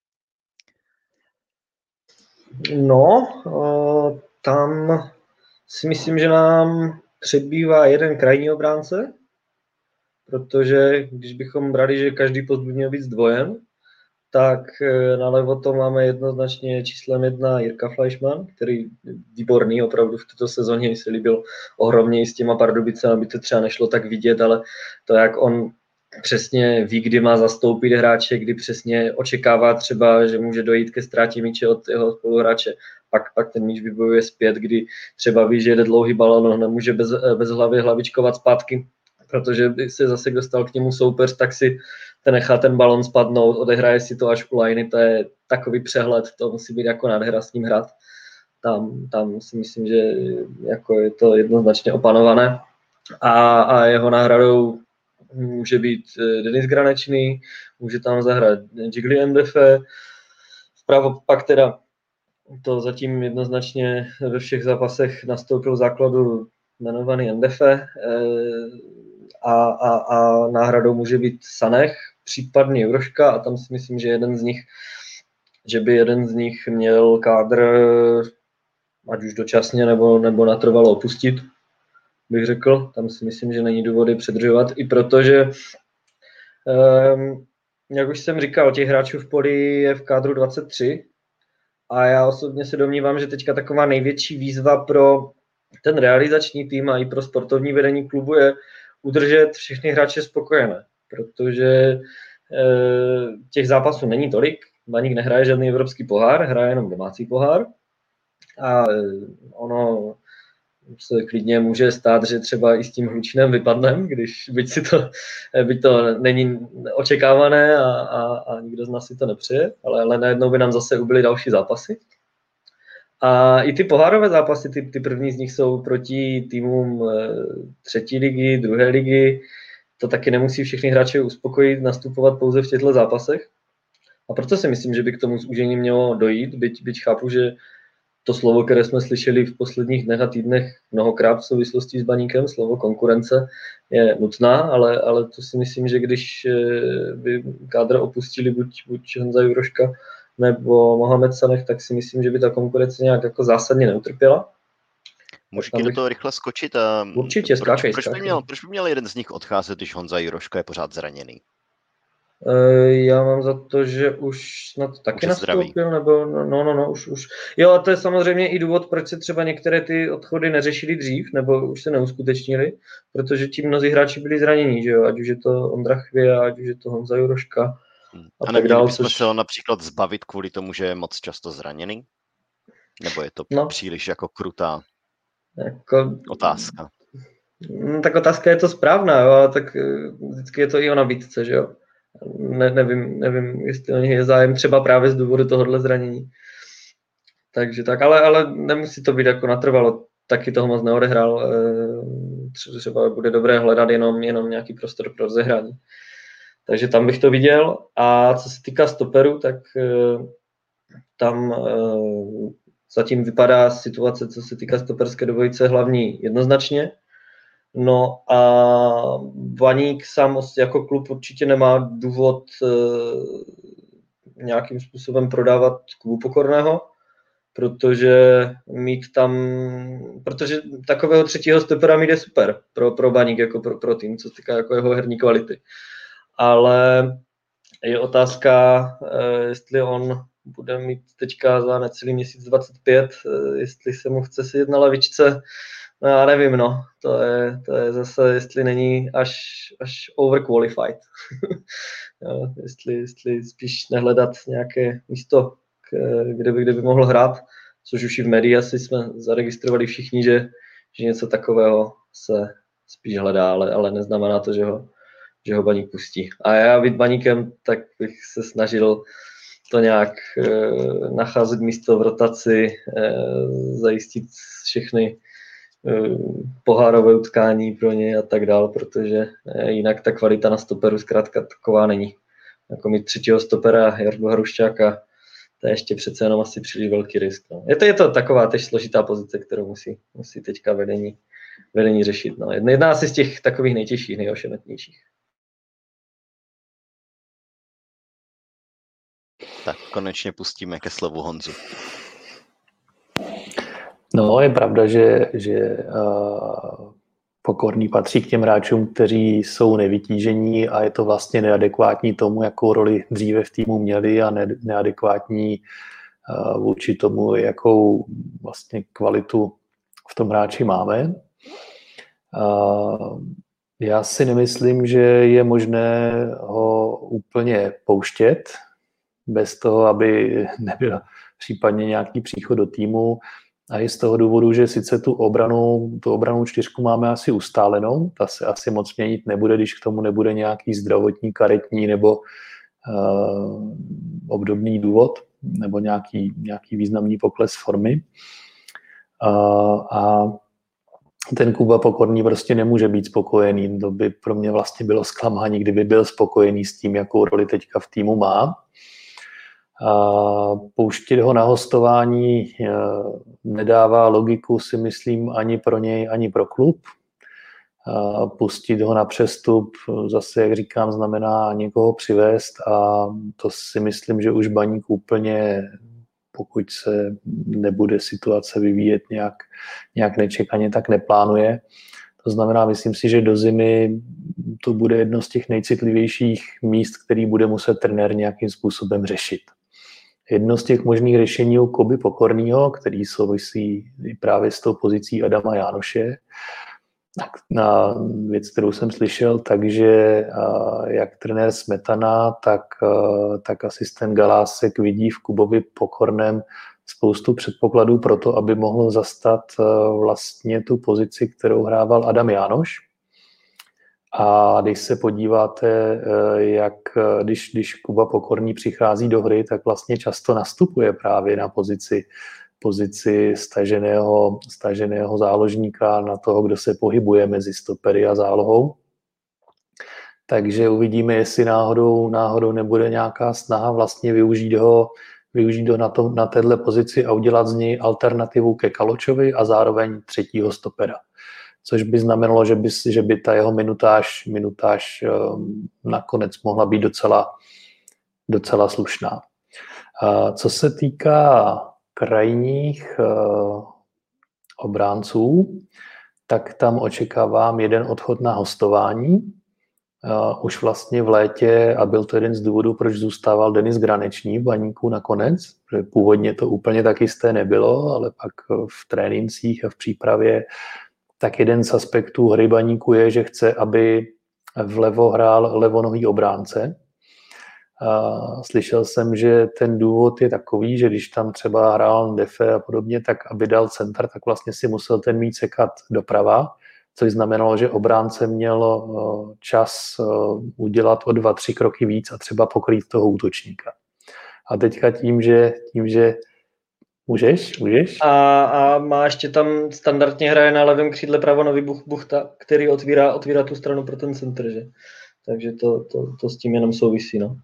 No, tam si myslím, že nám přebývá jeden krajní obránce, protože když bychom brali, že každý post by měl být zdvojen, tak nalevo to máme jednoznačně číslem 1 Jirka Fleischmann, který výborný opravdu v této sezóně, mi se líbil ohromně i s těma Pardubicemi, aby to třeba nešlo tak vidět, ale to, jak on přesně ví, kdy má zastoupit hráče, kdy přesně očekává třeba, že může dojít ke ztrátě míče od jeho spoluhráče, pak ten míč vybojuje zpět, kdy třeba ví, že jede dlouhý balon, on nemůže bez hlavy hlavičkovat zpátky, protože by se zase dostal k němu soupeř, tak si nechá ten balon spadnout, odehraje si to až u liney, to je takový přehled, to musí být jako nádhera s ním hrát. Tam si myslím, že jako je to jednoznačně opanované a jeho náhradou může být Denis Granečný, může tam zahrát Jigli Mdefe, vpravo pak teda to zatím jednoznačně ve všech zápasech nastoupil v základu jmenovaný Mdefe a náhradou může být Sanech, případně Juroška a tam si myslím, že by jeden z nich měl kádr ať už dočasně nebo natrvalo opustit, bych řekl. Tam si myslím, že není důvody předržovat, i protože, jak už jsem říkal, těch hráčů v poli je v kádru 23 a já osobně se domnívám, že teďka taková největší výzva pro ten realizační tým a i pro sportovní vedení klubu je udržet všechny hráče spokojené, protože těch zápasů není tolik, Baník nehraje žádný evropský pohár, hraje jenom domácí pohár a ono se klidně může stát, že třeba i s tím Hlučínem vypadnem, byť to není očekávané a nikdo z nás si to nepřeje, ale najednou by nám zase ubyly další zápasy. A i ty pohárové zápasy, ty první z nich jsou proti týmům 3. ligy, 2. ligy, to taky nemusí všechny hráče uspokojit, nastupovat pouze v těchto zápasech. A proto si myslím, že by k tomu zúžení mělo dojít, byť chápu, že to slovo, které jsme slyšeli v posledních dnech a týdnech mnohokrát v souvislosti s Baníkem, slovo konkurence, je nutná, ale to si myslím, že když by kádr opustili buď Honza Juroška nebo Mohamed Sanech, tak si myslím, že by ta konkurence nějak jako zásadně neutrpěla. Můžu ti do toho rychle skočit? Určitě, skákej. Proč by měl jeden z nich odcházet, když Honza Juroška je pořád zraněný? Já mám za to, že už snad taky nastoupil, nebo už. Jo, a to je samozřejmě i důvod, proč se třeba některé ty odchody neřešily dřív, nebo už se neuskutečnily, protože ti mnozí hráči byli zranění, že jo, ať už je to Ondra Chvěja, ať už je to Honza Juroška. A neměli bychom se ho například zbavit kvůli tomu, že je moc často zraněný? Nebo je to příliš jako krutá otázka? Tak otázka je to správná, jo, tak vždycky je to i o nabídce, že jo. Nevím, jestli o něj je zájem třeba právě z důvodu tohohle zranění. Takže tak, ale nemusí to být jako natrvalo, taky toho moc neodehrál. Třeba bude dobré hledat jenom nějaký prostor pro rozehrání. Takže tam bych to viděl. A co se týká stoperu, tak tam zatím vypadá situace, co se týká stoperské dvojice, hlavní jednoznačně. No a Baník sám jako klub určitě nemá důvod nějakým způsobem prodávat Kubu Pokorného, protože takového třetího stopera mít je super pro Baník, jako pro tým, co se týká jako jeho herní kvality. Ale je otázka, jestli on bude mít teďka za necelý měsíc 25, jestli se mu chce sedět na lavičce. No já nevím, no. To je zase, jestli není až overqualified. jestli spíš nehledat nějaké místo, kde by mohl hrát, což už i v médii asi jsme zaregistrovali všichni, že něco takového se spíš hledá, ale neznamená to, že ho Baník pustí. A já být Baníkem, tak bych se snažil to nějak nacházet místo v rotaci, zajistit všechny pohárové utkání pro ně a tak dál, protože jinak ta kvalita na stoperu zkrátka taková není. Jako mít třetího stopera Jardu Hruščáka, to je ještě přece jenom asi příliš velký risk. No. Je to taková tež složitá pozice, kterou musí teďka vedení řešit. No. Jedna asi z těch takových nejtěžších, nejošemetnějších. Tak konečně pustíme ke slovu Honzu. No, je pravda, že Pokorný patří k těm hráčům, kteří jsou nevytížení a je to vlastně neadekvátní tomu, jakou roli dříve v týmu měli a neadekvátní vůči tomu, jakou vlastně kvalitu v tom hráči máme. Já si nemyslím, že je možné ho úplně pouštět bez toho, aby nebyl případně nějaký příchod do týmu. A i z toho důvodu, že sice tu obranou čtyřku máme asi ustálenou, ta se asi moc měnit nebude, když k tomu nebude nějaký zdravotní, karetní nebo obdobný důvod nebo nějaký významný pokles formy. A ten Kuba Pokorný prostě nemůže být spokojený. To by pro mě vlastně bylo zklamání, kdyby byl spokojený s tím, jakou roli teďka v týmu má. Pouštět ho na hostování nedává logiku, si myslím, ani pro něj, ani pro klub. Pustit ho na přestup zase, jak říkám, znamená někoho přivést a to si myslím, že už Baník úplně, pokud se nebude situace vyvíjet nějak nečekaně, tak neplánuje. To znamená, myslím si, že do zimy to bude jedno z těch nejcitlivějších míst, který bude muset trenér nějakým způsobem řešit. Jedno z těch možných řešení u Kuby Pokorného, který souvisí právě s tou pozicí Adama Jánoše, na věc, kterou jsem slyšel, takže jak trenér Smetana, tak asistent Galásek vidí v Kubovi Pokorném spoustu předpokladů pro to, aby mohl zastat vlastně tu pozici, kterou hrával Adam Jánoš. A když se podíváte, jak když Kuba Pokorný přichází do hry, tak vlastně často nastupuje právě na pozici staženého záložníka, na toho, kdo se pohybuje mezi stopery a zálohou. Takže uvidíme, jestli náhodou nebude nějaká snaha vlastně využít ho využít ho na téhle pozici a udělat z něj alternativu ke Kaločovi a zároveň třetího stopera. Což by znamenalo, že by ta jeho minutáž nakonec mohla být docela slušná. Co se týká krajních obránců, tak tam očekávám jeden odchod na hostování. Už vlastně v létě, a byl to jeden z důvodů, proč zůstával Denis Granečný v Baníku nakonec, protože původně to úplně tak jisté nebylo, ale pak v trénincích a v přípravě tak jeden z aspektů hry Baníku je, že chce, aby vlevo hrál levonohý obránce. Slyšel jsem, že ten důvod je takový, že když tam třeba hrál Defe a podobně, tak aby dal centr, tak vlastně si musel ten míč sekat doprava, což znamenalo, že obránce měl čas udělat o 2-3 kroky víc a třeba pokrýt toho útočníka. A teďka tím, že Můžeš? A má ještě tam standardně hraje na levém křídle pravonový Buchta, který otvírá tu stranu pro ten center, že? Takže to s tím jenom souvisí, no.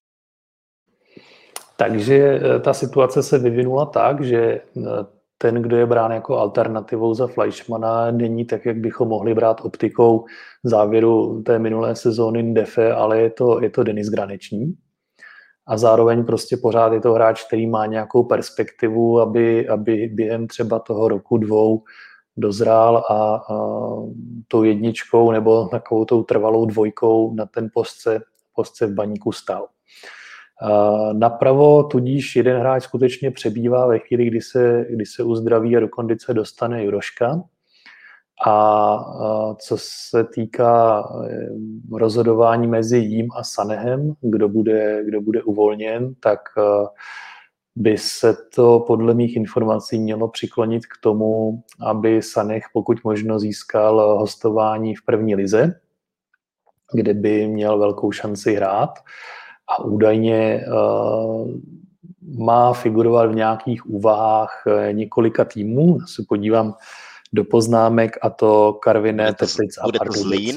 Takže ta situace se vyvinula tak, že ten, kdo je brán jako alternativou za Fleischmana, není tak, jak bychom mohli brát optikou závěru té minulé sezóny Defe, ale je to Denis Granečný. A zároveň prostě pořád je to hráč, který má nějakou perspektivu, aby během třeba toho roku, 2 dozrál a tou jedničkou nebo takovou tou trvalou 2 na ten postce v Baníku stál. Napravo tudíž jeden hráč skutečně přebývá ve chvíli, kdy se uzdraví a do kondice dostane Juroška. A co se týká rozhodování mezi jím a Sanehem, kdo bude uvolněn, tak by se to podle mých informací mělo přiklonit k tomu, aby Sanech pokud možno získal hostování v první lize, kde by měl velkou šanci hrát. A údajně má figurovat v nějakých úvahách několika týmů. Já se podívám do poznámek, a to Karviné, Teplice a Pardubice. Zlín?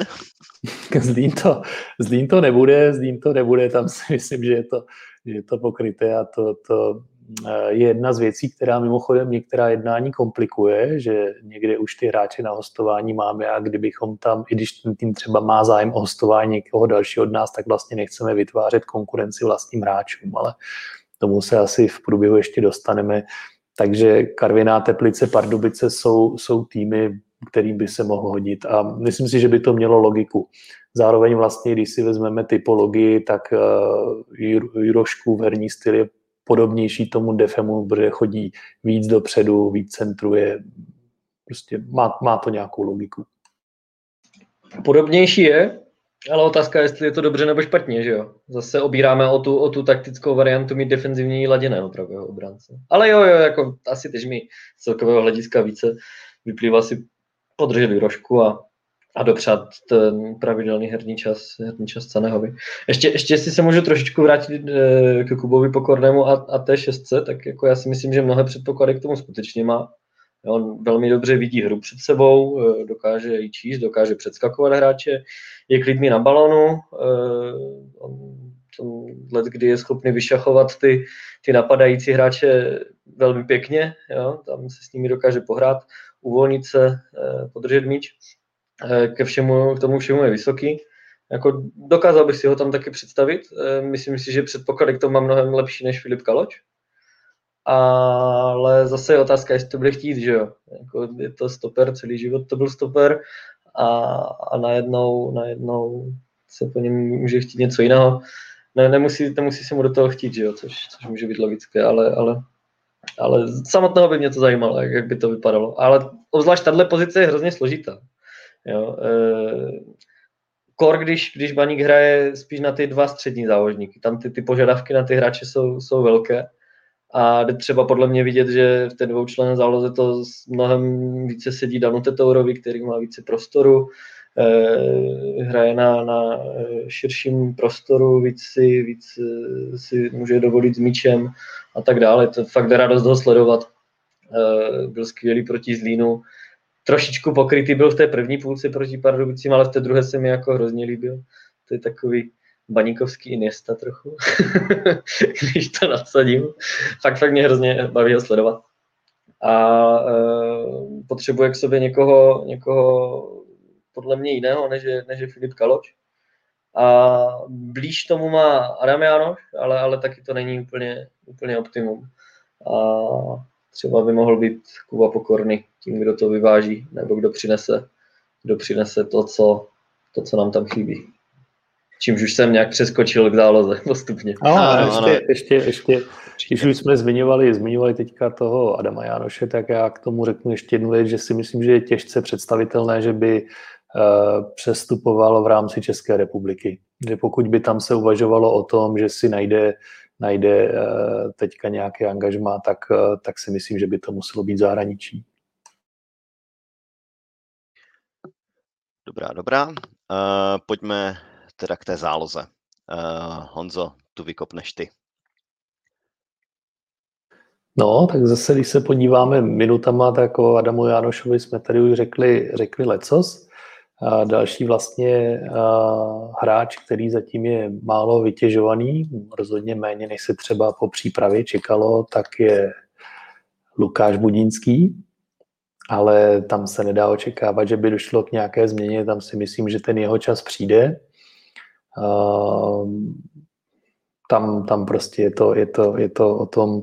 Zlín to nebude, tam si myslím, že je to pokryté a to je jedna z věcí, která mimochodem některá jednání komplikuje, že někde už ty hráče na hostování máme a kdybychom tam, i když ten tým třeba má zájem o hostování někoho dalšího od nás, tak vlastně nechceme vytvářet konkurenci vlastním hráčům, ale tomu se asi v průběhu ještě dostaneme. Takže Karviná, Teplice, Pardubice jsou týmy, kterým by se mohlo hodit a myslím si, že by to mělo logiku. Zároveň vlastně, když si vezmeme typologii, tak Juroškův herní styl je podobnější tomu Defemu, protože chodí víc dopředu, víc centruje, prostě má to nějakou logiku. Podobnější je, ale otázka je, jestli je to dobře nebo špatně, že jo? Zase obíráme o tu taktickou variantu mít defenzivní laděného pravého obránce. Ale jo, jako asi tež mi z celkového hlediska více vyplývá si podržet Jurošku a dopřát ten pravidelný herní čas Sanehovi. Ještě jestli se můžu trošičku vrátit k Kubovi Pokornému a té 6, tak jako já si myslím, že mnohé předpoklady k tomu skutečně má. On velmi dobře vidí hru před sebou, dokáže ji číst, dokáže předskakovat hráče, je klidný na balonu, kdy je schopný vyšachovat ty napadající hráče velmi pěkně, jo? Tam se s nimi dokáže pohrát, uvolnit se, podržet míč. K tomu všemu je vysoký. Jako dokázal bych si ho tam taky představit. Myslím si, že předpoklady k tomu má mnohem lepší než Filip Kaloč. Ale zase je otázka, jestli to bude chtít, že jo. Jako je to stoper, celý život to byl stoper a najednou se po něm může chtít něco jiného. Nemusí se mu do toho chtít, že jo, což může být logické, ale samotného by mě to zajímalo, jak by to vypadalo. Ale obzvlášť tahle pozice je hrozně složitá. Jo. Kor, když Baník hraje spíš na ty 2 střední záložníky, tam ty požadavky na ty hráče jsou velké a jde třeba podle mě vidět, že v té 2členné záloze to mnohem více sedí Danu Tetourovi, který má více prostoru, hraje na širším prostoru, víc si může dovolit s míčem a tak dále. To fakt je radost ho sledovat. Byl skvělý proti Zlínu. Trošičku pokrytý byl v té první půlce proti Pardubicím, ale v té druhé se mi jako hrozně líbil. To je takový baníkovský Iniesta trochu, když to nadsadím. Fakt mě hrozně baví ho sledovat. A potřebuje k sobě někoho podle mě jiného, než je Filip Kaloč. A blíž tomu má Adam Jánoš, ale taky to není úplně optimum. A třeba by mohl být Kuba Pokorný tím, kdo to vyváží, nebo kdo přinese to, co nám tam chybí. Čímž už jsem nějak přeskočil k záloze postupně. Ještě, když už jsme zmiňovali teďka toho Adama Jánoše, tak já k tomu řeknu ještě jednu věc, že si myslím, že je těžce představitelné, že by přestupoval v rámci České republiky. Že pokud by tam se uvažovalo o tom, že si najde teďka nějaké angažmá, tak si myslím, že by to muselo být zahraničí. Dobrá. Pojďme teda k té záloze. Honzo, tu vykopneš ty. No, tak zase, když se podíváme minutama, tak o Adamu Jánošovi jsme tady už řekli lecos. A další vlastně hráč, který zatím je málo vytěžovaný, rozhodně méně, než se třeba po přípravě čekalo, tak je Lukáš Budínský, ale tam se nedá očekávat, že by došlo k nějaké změně, tam si myslím, že ten jeho čas přijde. Tam prostě je to o tom,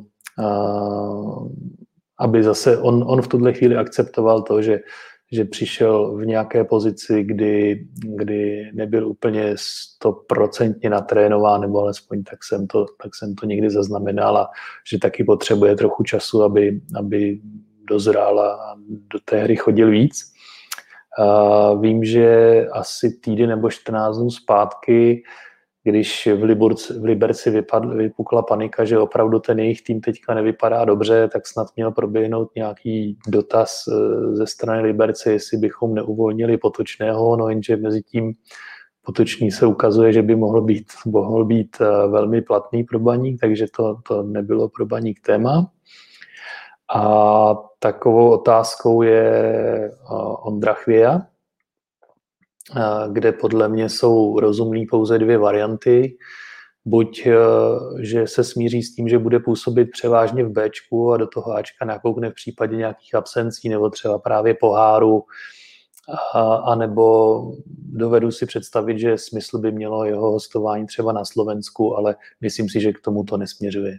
aby zase on v tuhle chvíli akceptoval to, že přišel v nějaké pozici, kdy nebyl úplně 100% natrénován, nebo alespoň tak jsem to někdy zaznamenal, a že taky potřebuje trochu času, aby dozrál a do té hry chodil víc. Vím, že asi týden nebo 14 dnů zpátky, když v Liberci vypukla panika, že opravdu ten jejich tým teďka nevypadá dobře, tak snad měl proběhnout nějaký dotaz ze strany Liberce, jestli bychom neuvolnili Potočného, no jenže mezi tím Potočný se ukazuje, že by mohl být velmi platný pro Baník, takže to nebylo pro Baník téma. A takovou otázkou je Ondra Chvěja, kde podle mě jsou rozumný pouze dvě varianty. Buď, že se smíří s tím, že bude působit převážně v Bčku a do toho Ačka nakoukne v případě nějakých absencí nebo třeba právě poháru, a nebo dovedu si představit, že smysl by mělo jeho hostování třeba na Slovensku, ale myslím si, že k tomu to nesměřuje.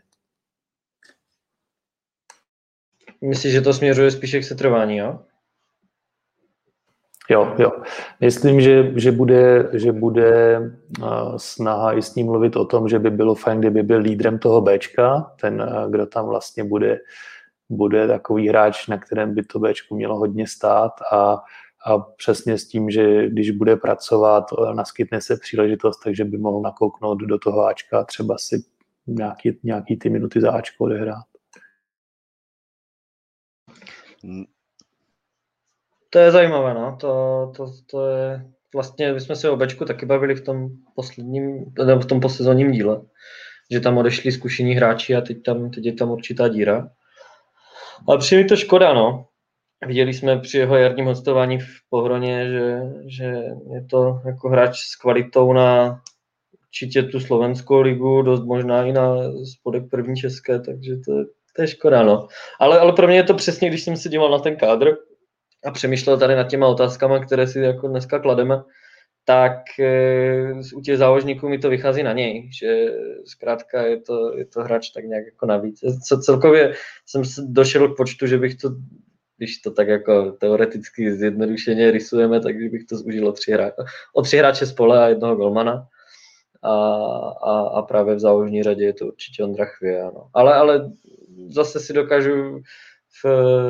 Myslíš, že to směřuje spíše k setrvání, jo? Jo. Myslím, že bude snaha i s ním mluvit o tom, že by bylo fajn, kdyby byl lídrem toho Bčka, ten, kdo tam vlastně bude takový hráč, na kterém by to Bčku mělo hodně stát, a přesně s tím, že když bude pracovat, naskytne se příležitost, takže by mohl nakouknout do toho Ačka a třeba si nějaký ty minuty za Ačko odehrát. To je zajímavé, no. To je vlastně, my jsme se o Bčku taky bavili v tom posezonním díle, že tam odešli zkušení hráči a teď je tam určitá díra. Ale přijde mi to škoda, no. Viděli jsme při jeho jarním hostování v Pohroně, že je to jako hráč s kvalitou na určitě tu slovenskou ligu, dost možná i na spodek první české, takže to je škoda, no. Ale pro mě je to přesně, když jsem se díval na ten kádr a přemýšlel tady nad těma otázkama, které si jako dneska klademe, tak u těch záložníků mi to vychází na něj, že zkrátka je to hráč tak nějak jako navíc. Celkově jsem došel k počtu, že bych to, když to tak jako teoreticky zjednodušeně rysujeme, takže bych to zúžil o 3 hráče z pole a 1 golmana. A právě v záložní řadě je to určitě Ondra Chvěja. No. Ale zase si dokážu v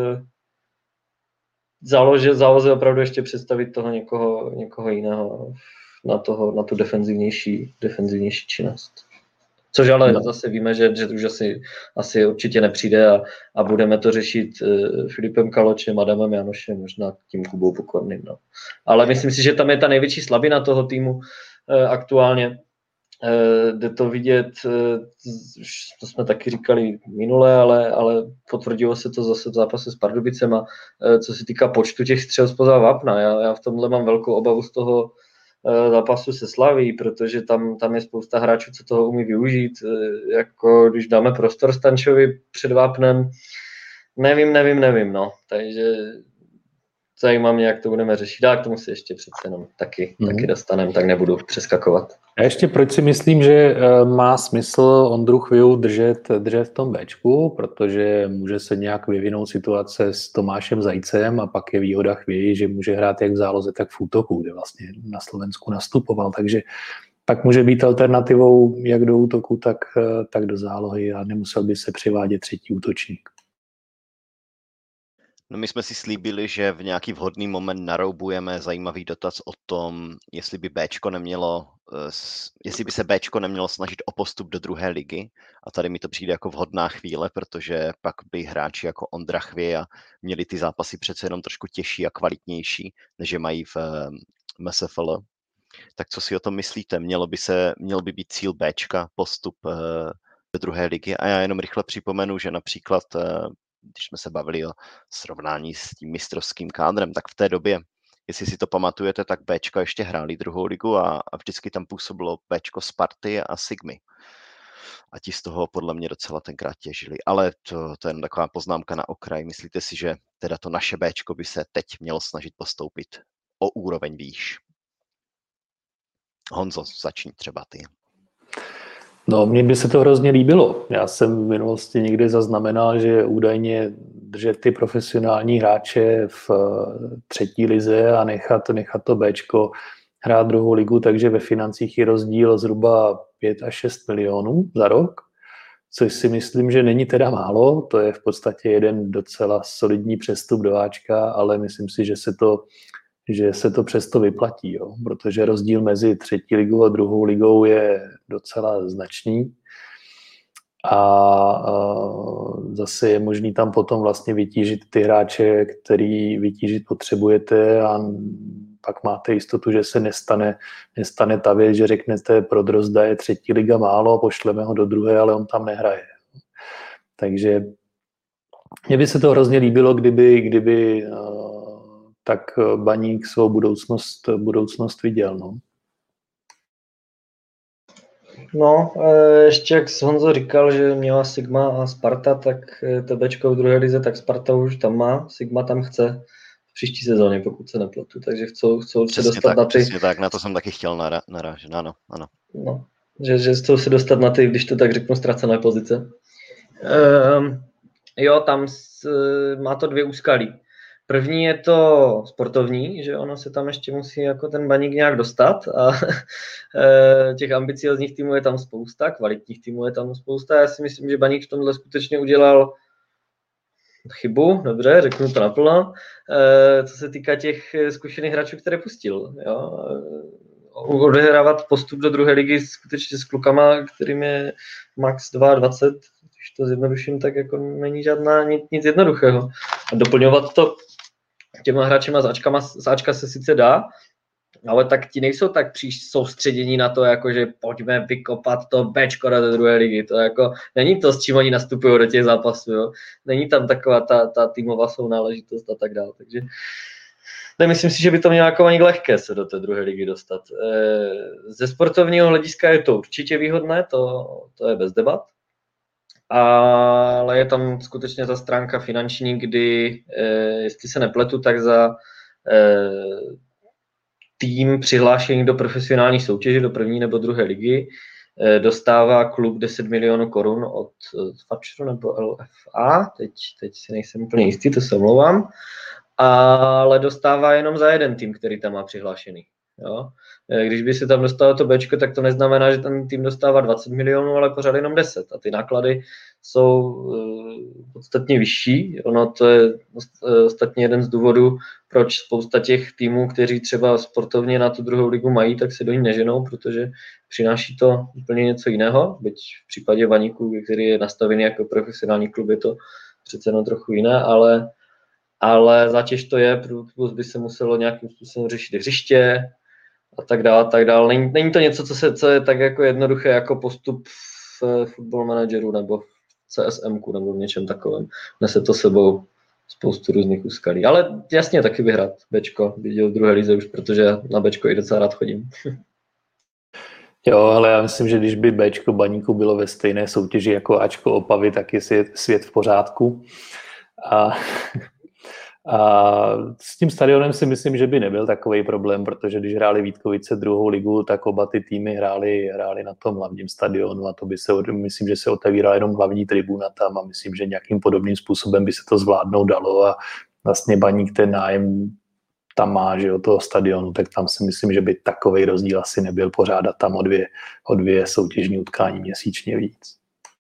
záloze opravdu ještě představit toho někoho jiného na tu defenzivnější činnost. Což ale zase víme, že už asi určitě nepřijde a budeme to řešit Filipem Kaločem, Adamem Jánošem, možná tím Kubou Pokorným. No. Ale myslím si, že tam je ta největší slabina toho týmu aktuálně. Jde to vidět, to jsme taky říkali minule, ale potvrdilo se to zase v zápase s Pardubicema, co se týká počtu těch střel zpoza vápna. Já v tomhle mám velkou obavu z toho, zápasu se Slaví, protože tam je spousta hráčů, co toho umí využít. Jako když dáme prostor Stančovi před vápnem, nevím, no. Takže zajímá mě, jak to budeme řešit. A k tomu si ještě přece jenom taky dostaneme, tak nebudu přeskakovat. A ještě proč si myslím, že má smysl Ondru Chviu držet v tom Bčku, protože může se nějak vyvinout situace s Tomášem Zajcem a pak je výhoda Chvěji, že může hrát jak v záloze, tak v útoku, kde vlastně na Slovensku nastupoval, takže pak může být alternativou jak do útoku, tak do zálohy a nemusel by se přivádět třetí útočník. No my jsme si slíbili, že v nějaký vhodný moment naroubujeme zajímavý dotaz o tom, jestli by se Bčko nemělo snažit o postup do druhé ligy. A tady mi to přijde jako vhodná chvíle, protože pak by hráči jako Ondra Chvěja měli ty zápasy přece jenom trošku těžší a kvalitnější, než je mají v MSFL. Tak co si o tom myslíte? Měl by být cíl Bčka postup do druhé ligy? A já jenom rychle připomenu, že například když jsme se bavili o srovnání s tím mistrovským kádrem, tak v té době, jestli si to pamatujete, tak Bčko ještě hráli druhou ligu a vždycky tam působilo Bčko Sparty a Sigmy. A ti z toho podle mě docela tenkrát těžili. Ale to je taková poznámka na okraj. Myslíte si, že teda to naše Bčko by se teď mělo snažit postoupit o úroveň výš? Honzo, začni třeba ty. No, mně by se to hrozně líbilo. Já jsem v minulosti někdy zaznamenal, že údajně držet ty profesionální hráče v třetí lize a nechat to Bčko hrát druhou ligu, takže ve financích je rozdíl zhruba 5 až 6 milionů za rok, což si myslím, že není teda málo. To je v podstatě jeden docela solidní přestup do Ačka, ale myslím si, že se to přesto vyplatí, jo? Protože rozdíl mezi třetí ligou a druhou ligou je docela značný a zase je možný tam potom vlastně vytížit ty hráče, který vytížit potřebujete a pak máte jistotu, že se nestane ta věc, že řeknete, pro Drozda je třetí liga málo, pošleme ho do druhé, ale on tam nehraje. Takže mně by se to hrozně líbilo, kdyby tak Baník svou budoucnost viděl. No, ještě jak Honzo říkal, že měla Sigma a Sparta, tak to Bčko v druhé lize, tak Sparta už tam má, Sigma tam chce v příští sezóně, pokud se nepletu, takže chcou se dostat tak, na ty... Přesně tak, na to jsem taky chtěl narážet, ano. No, že chcou se dostat na ty, když to tak řeknu, ztracené pozice. Jo, tam má to 2 úskalí. První je to sportovní, že ono se tam ještě musí jako ten Baník nějak dostat a těch ambiciozních týmů je tam spousta, kvalitních týmů je tam spousta. Já si myslím, že Baník v tomhle skutečně udělal chybu, dobře, řeknu to naplno, co se týká těch zkušených hráčů, které pustil. Jo. Odehrávat postup do druhé ligy skutečně s klukama, kterým je max 22, když to zjednoduším, tak jako není nic jednoduchého. A doplňovat to těma hráčema z Ačka se sice dá, ale tak ti nejsou tak soustředění na to, jako že pojďme vykopat to Bčko do druhé ligy. To jako, není to, s čím oni nastupují do těch zápasů. Jo? Není tam taková ta týmová sounáležitost a tak dále. Takže nemyslím si, že by to mělo jako ani lehké se do té druhé ligy dostat. Ze sportovního hlediska je to určitě výhodné, to je bez debat. Ale je tam skutečně ta stránka finanční, kdy, jestli se nepletu, tak za tým přihlášený do profesionální soutěže, do první nebo druhé ligy, dostává klub 10 milionů korun od Fatscheru nebo LFA, teď si nejsem úplně jistý, to se omlouvám, ale dostává jenom za jeden tým, který tam má přihlášený. Jo? Když by se tam dostalo to Bčko, tak to neznamená, že ten tým dostává 20 milionů, ale pořád jenom 10. A ty náklady jsou podstatně vyšší. Ono to je ostatně jeden z důvodů, proč spousta těch týmů, kteří třeba sportovně na tu druhou ligu mají, tak se do ní neženou, protože přináší to úplně něco jiného. Byť v případě Baníku, který je nastavený jako profesionální klub, je to přece jenom trochu jiné, ale zátěž to je, plus by se muselo nějakým způsobem řešit hřiště a tak dále. Není to něco, co je tak jako jednoduché jako postup v Football Manageru nebo v CSMku nebo v něčem takovém. Nese to sebou spoustu různých úskalí. Ale jasně taky vyhrát Bčko, viděl v druhé lize už, protože na Bčko i docela rád chodím. Jo, ale já myslím, že když by Bčko Baníku bylo ve stejné soutěži jako Ačko Opavy, tak je svět v pořádku. A s tím stadionem si myslím, že by nebyl takový problém, protože když hráli Vítkovice druhou ligu, tak oba ty týmy hráli na tom hlavním stadionu a to by se, myslím, že se otevírala jenom hlavní tribuna tam a myslím, že nějakým podobným způsobem by se to zvládnout dalo a vlastně Baník ten nájem tam má, že jo, toho stadionu, tak tam si myslím, že by takovej rozdíl asi nebyl pořádat tam o dvě soutěžní utkání měsíčně víc.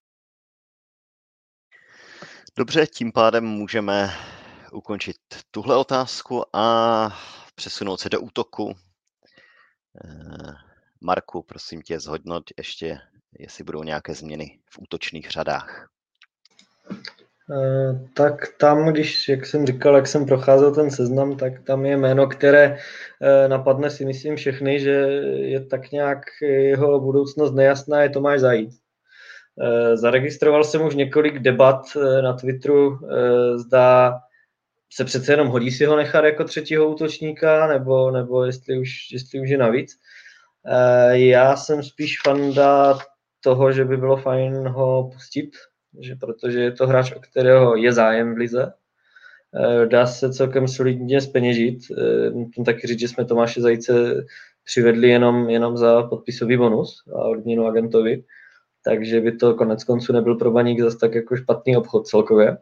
Dobře, tím pádem můžeme ukončit tuhle otázku a přesunout se do útoku. Marku, prosím tě, zhodnoť ještě, jestli budou nějaké změny v útočných řadách. Tak tam, když, jak jsem říkal, jak jsem procházel ten seznam, tak tam je jméno, které napadne si myslím všechny, že je tak nějak jeho budoucnost nejasná, je Tomáš Zajíc. Zaregistroval jsem už několik debat na Twitteru, zda se přece jenom hodí si ho nechat jako třetího útočníka, nebo jestli už je navíc. Já jsem spíš fanda toho, že by bylo fajn ho pustit, že protože je to hráč, o kterého je zájem v lize. Dá se celkem solidně zpeněžit. Můžu taky říct, že jsme Tomáše Zajíce přivedli jenom za podpisový bonus a odměnu agentovi, takže by to konec konců nebyl pro Baník zase tak jako špatný obchod celkově.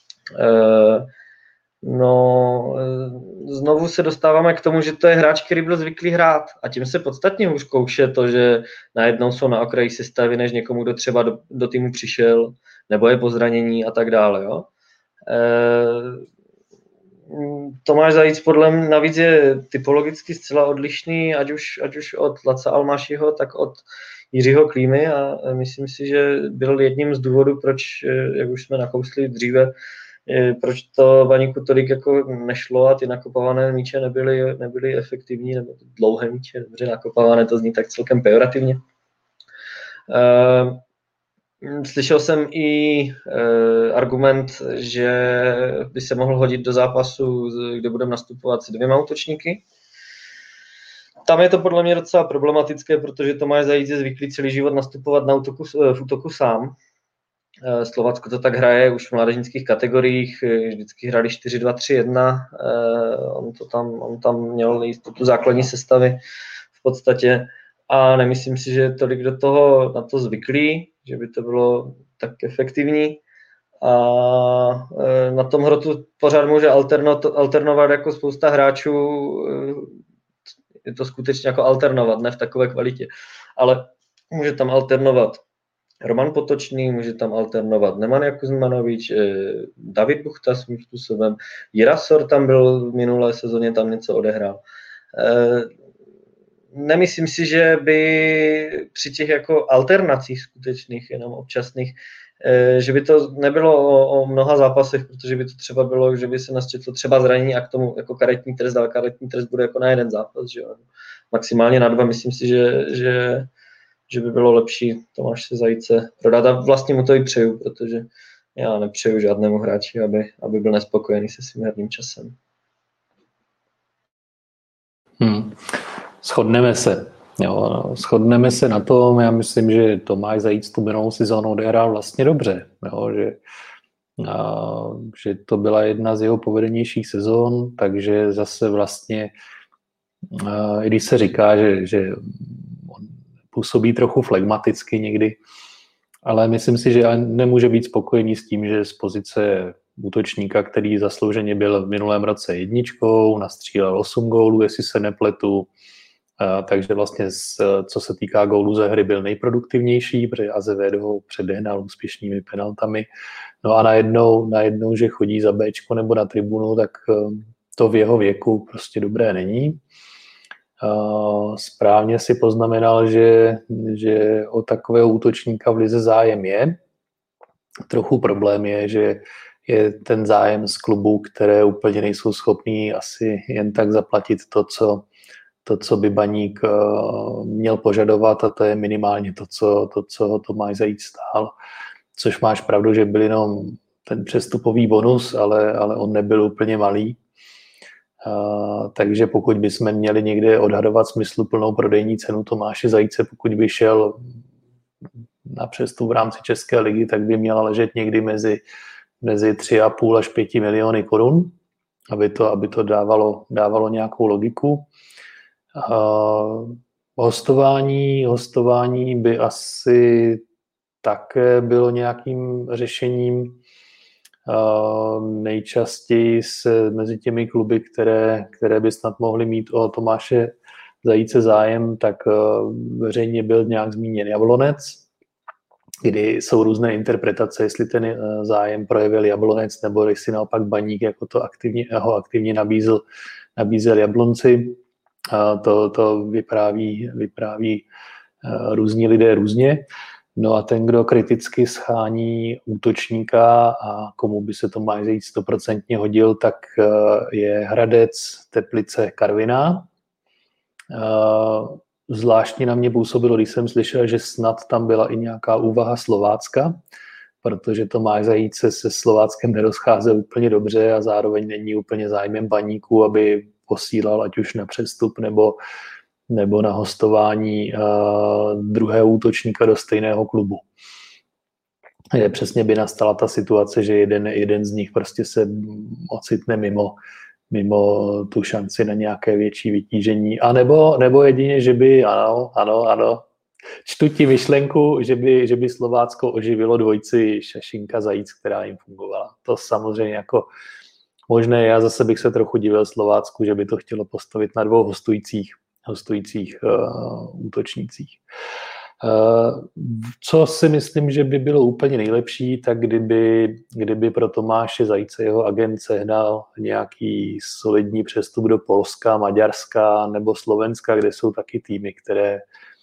No, znovu se dostáváme k tomu, že to je hráč, který byl zvyklý hrát a tím se podstatně hůř kouše to, že najednou jsou na okraji sestavy, než někomu, kdo třeba do týmu přišel, nebo je po zranění a tak dále. Jo? Tomáš Zajíc podle mě navíc je typologicky zcela odlišný, ať už od Laca Almášiho, tak od Jiřího Klímy a myslím si, že byl jedním z důvodů, proč, jak už jsme nakousli dříve, proč to Baníku tolik jako nešlo a ty nakopávané míče nebyly efektivní, nebo dlouhé míče, dobře nakopávané, to zní tak celkem pejorativně. Slyšel jsem i argument, že by se mohl hodit do zápasu, kde budeme nastupovat s 2 útočníky. Tam je to podle mě docela problematické, protože Tomáš Zajíc je zvyklý celý život nastupovat v útoku sám. Slovácko to tak hraje už v mládežnických kategoriích, vždycky hráli 4-2-3-1, on tam měl jistotu základní sestavy v podstatě a nemyslím si, že je tolik do toho na to zvyklý, že by to bylo tak efektivní a na tom hrotu pořád může alternovat jako spousta hráčů, je to skutečně jako alternovat, ne v takové kvalitě, ale může tam alternovat Roman Potočný, může tam alternovat Nemanja Kuzmanovič, David Buchta svým způsobem, Jirasor tam byl v minulé sezóně, tam něco odehrál. Nemyslím si, že by při těch jako alternacích skutečných, jenom občasných, že by to nebylo o mnoha zápasech, protože by to třeba bylo, že by se nasčetlo třeba zranění a k tomu jako karetní trest, ale karetní trest bude jako na jeden zápas, že jo? Maximálně na 2, myslím si, že by bylo lepší Tomáše Zajíce prodat a vlastně mu to i přeju, protože já nepřeju žádnému hráči, aby byl nespokojený se svým herním časem. Shodneme se na tom, já myslím, že Tomáš Zajíc tu minulou sezónu odehrál vlastně dobře, jo, že to byla jedna z jeho povedenějších sezón, takže zase vlastně, i když se říká, že on působí trochu flegmaticky někdy, ale myslím si, že nemůže být spokojený s tím, že z pozice útočníka, který zaslouženě byl v minulém roce 1, nastřílel 8 gólů, jestli se nepletu, takže vlastně co se týká gólů ze hry byl nejproduktivnější, protože Azevedo ho předehnal úspěšnými penaltami. No a najednou, že chodí za Bčko nebo na tribunu, tak to v jeho věku prostě dobré není. Správně si poznamenal, že o takového útočníka v lize zájem je. Trochu problém je, že je ten zájem z klubů, které úplně nejsou schopní asi jen tak zaplatit to, co by Baník měl požadovat, a to je minimálně to, co ho Tomáš Zajíc stál. Což máš pravdu, že byl jenom ten přestupový bonus, ale on nebyl úplně malý. Takže pokud bychom měli někde odhadovat smysluplnou prodejní cenu Tomáše Zajíce, pokud by šel na přestup v rámci České ligy, tak by měla ležet někdy mezi 3,5 až 5 miliony korun, aby to dávalo nějakou logiku. Hostování by asi také bylo nějakým řešením. Nejčastěji se mezi těmi kluby, které by snad mohly mít o Tomáše Zajíce zájem, tak veřejně byl nějak zmíněn Jablonec, kdy jsou různé interpretace, jestli ten zájem projevil Jablonec, nebo jestli naopak Baník jako to aktivně nabízel Jablonci. To vypráví různí lidé různě. No a ten, kdo kriticky schání útočníka a komu by se Tomáš Zajíc 100% hodil, tak je Hradec, Teplice, Karviná. Zvláštně na mě působilo, když jsem slyšel, že snad tam byla i nějaká úvaha Slovácka, protože Tomáš Zajíc se Slováckem nerozcházel úplně dobře a zároveň není úplně zájmem Baníku, aby posílal ať už na přestup nebo na hostování druhého útočníka do stejného klubu. Přesně by nastala ta situace, že jeden z nich prostě se ocitne mimo tu šanci na nějaké větší vytížení. A nebo jedině, že by, ano, čtu ti myšlenku, že by Slovácko oživilo dvojici Šašinka Zajíc, která jim fungovala. To samozřejmě jako možné, já zase bych se trochu divil Slovácku, že by to chtělo postavit na dvou hostujících útočnících. Co si myslím, že by bylo úplně nejlepší, tak kdyby pro Tomáše Zajíce jeho agent sehnal nějaký solidní přestup do Polska, Maďarska nebo Slovenska, kde jsou taky týmy, které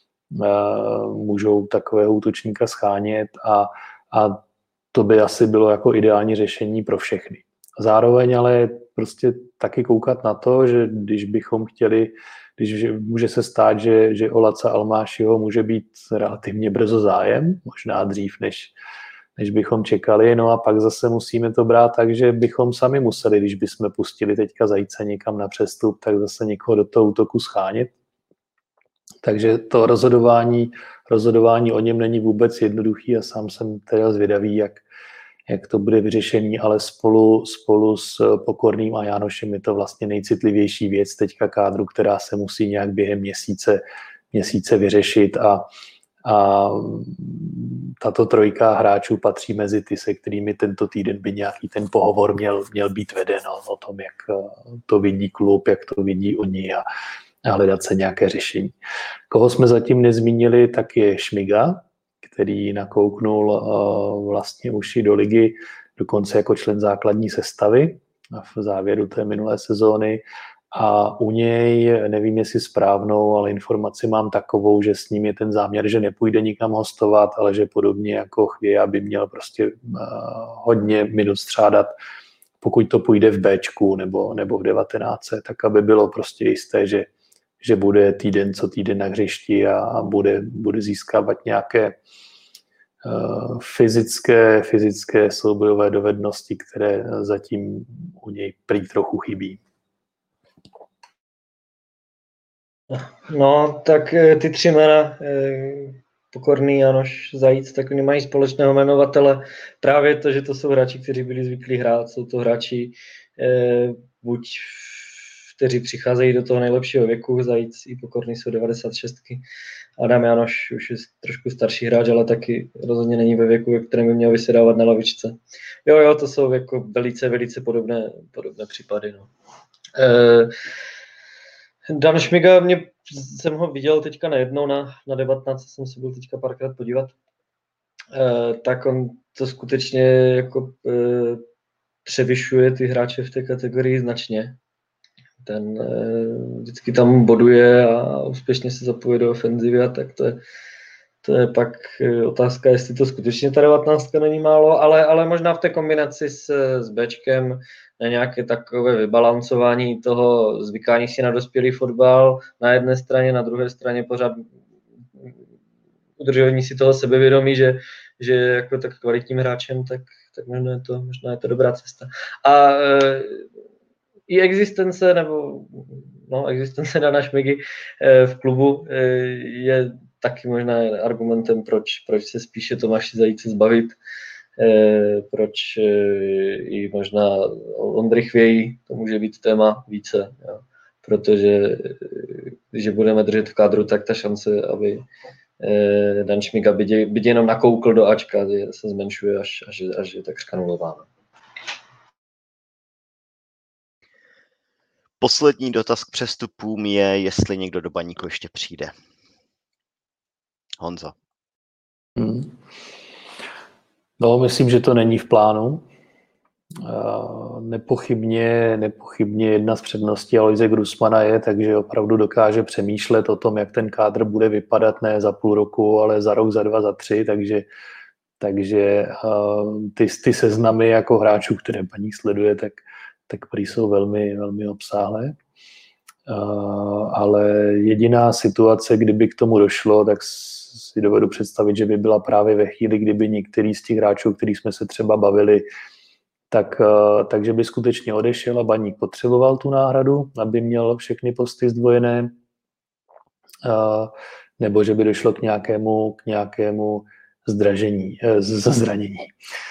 můžou takového útočníka schánět a to by asi bylo jako ideální řešení pro všechny. Zároveň ale prostě taky koukat na to, že když bychom chtěli, když může se stát, že o Laca Almášiho může být relativně brzo zájem, možná dřív, než bychom čekali, no a pak zase musíme to brát tak, že bychom sami museli, když bychom pustili teďka Zajíce někam na přestup, tak zase někoho do toho útoku schánět. Takže to rozhodování o něm není vůbec jednoduchý a sám jsem teda zvědavý, jak to bude vyřešený, ale spolu s Pokorným a Jánošem je to vlastně nejcitlivější věc teďka kádru, která se musí nějak během měsíce vyřešit a tato trojka hráčů patří mezi ty, se kterými tento týden by nějaký ten pohovor měl být veden o tom, jak to vidí klub, jak to vidí oni a hledat se nějaké řešení. Koho jsme zatím nezmínili, tak je Šmiga, který nakouknul vlastně už i do ligy, dokonce jako člen základní sestavy v závěru té minulé sezóny. A u něj, nevím jestli správnou, ale informaci mám takovou, že s ním je ten záměr, že nepůjde nikam hostovat, ale že podobně jako Chvěja by měl prostě hodně minut střádat, pokud to půjde v Bčku nebo v 19, tak aby bylo prostě jisté, že bude týden co týden na hřišti a bude získávat nějaké fyzické soubojové dovednosti, které zatím u něj prý trochu chybí. No, tak ty tři jména, Pokorný, Jánoš, Zajíc, tak oni mají společného jmenovatele. Právě to, že to jsou hráči, kteří byli zvyklí hrát, jsou to hráči buď kteří přicházejí do toho nejlepšího věku, Zajíc i Pokorný jsou 96. Adam Jánoš už je trošku starší hráč, ale taky rozhodně není ve věku, ve kterém by měl vysedávat na lavičce. Jo, to jsou jako velice podobné případy. No. Dan Šmiga, jsem ho viděl teďka najednou na 19, jsem se byl teďka párkrát podívat, tak on to skutečně jako převyšuje ty hráče v té kategorii značně. Ten vždycky tam boduje a úspěšně se zapojí do ofenzivy, a tak to je pak otázka, jestli to skutečně ta 19 není málo, ale možná v té kombinaci s Bčkem na nějaké takové vybalancování toho zvykání si na dospělý fotbal na jedné straně, na druhé straně pořád udržování si toho sebevědomí, že je jako tak kvalitním hráčem, tak možná je to dobrá cesta. A i existence Dana Šmigy v klubu je taky možná argumentem, proč se spíše Tomáši Zajíce zbavit, proč i možná Ondry Chvějí, to může být téma více, jo. Protože když budeme držet v kádru, tak ta šance, aby Dan Šmiga byť jenom nakoukl do Ačka, se zmenšuje až je takřka nulová. Poslední dotaz k přestupům je, jestli někdo do Baníku ještě přijde. Honzo. No, myslím, že to není v plánu. Nepochybně jedna z předností Aloise Grusmana je, takže opravdu dokáže přemýšlet o tom, jak ten kádr bude vypadat ne za půl roku, ale za rok, za 2, za 3, takže ty seznamy jako hráčů, které Baník sleduje, tak prý jsou velmi, velmi obsáhlé. Ale jediná situace, kdyby k tomu došlo, tak si dovedu představit, že by byla právě ve chvíli, kdyby některý z těch hráčů, kterých jsme se třeba bavili, takže by skutečně odešel a Baník potřeboval tu náhradu, aby měl všechny posty zdvojené, nebo že by došlo k nějakému zranění.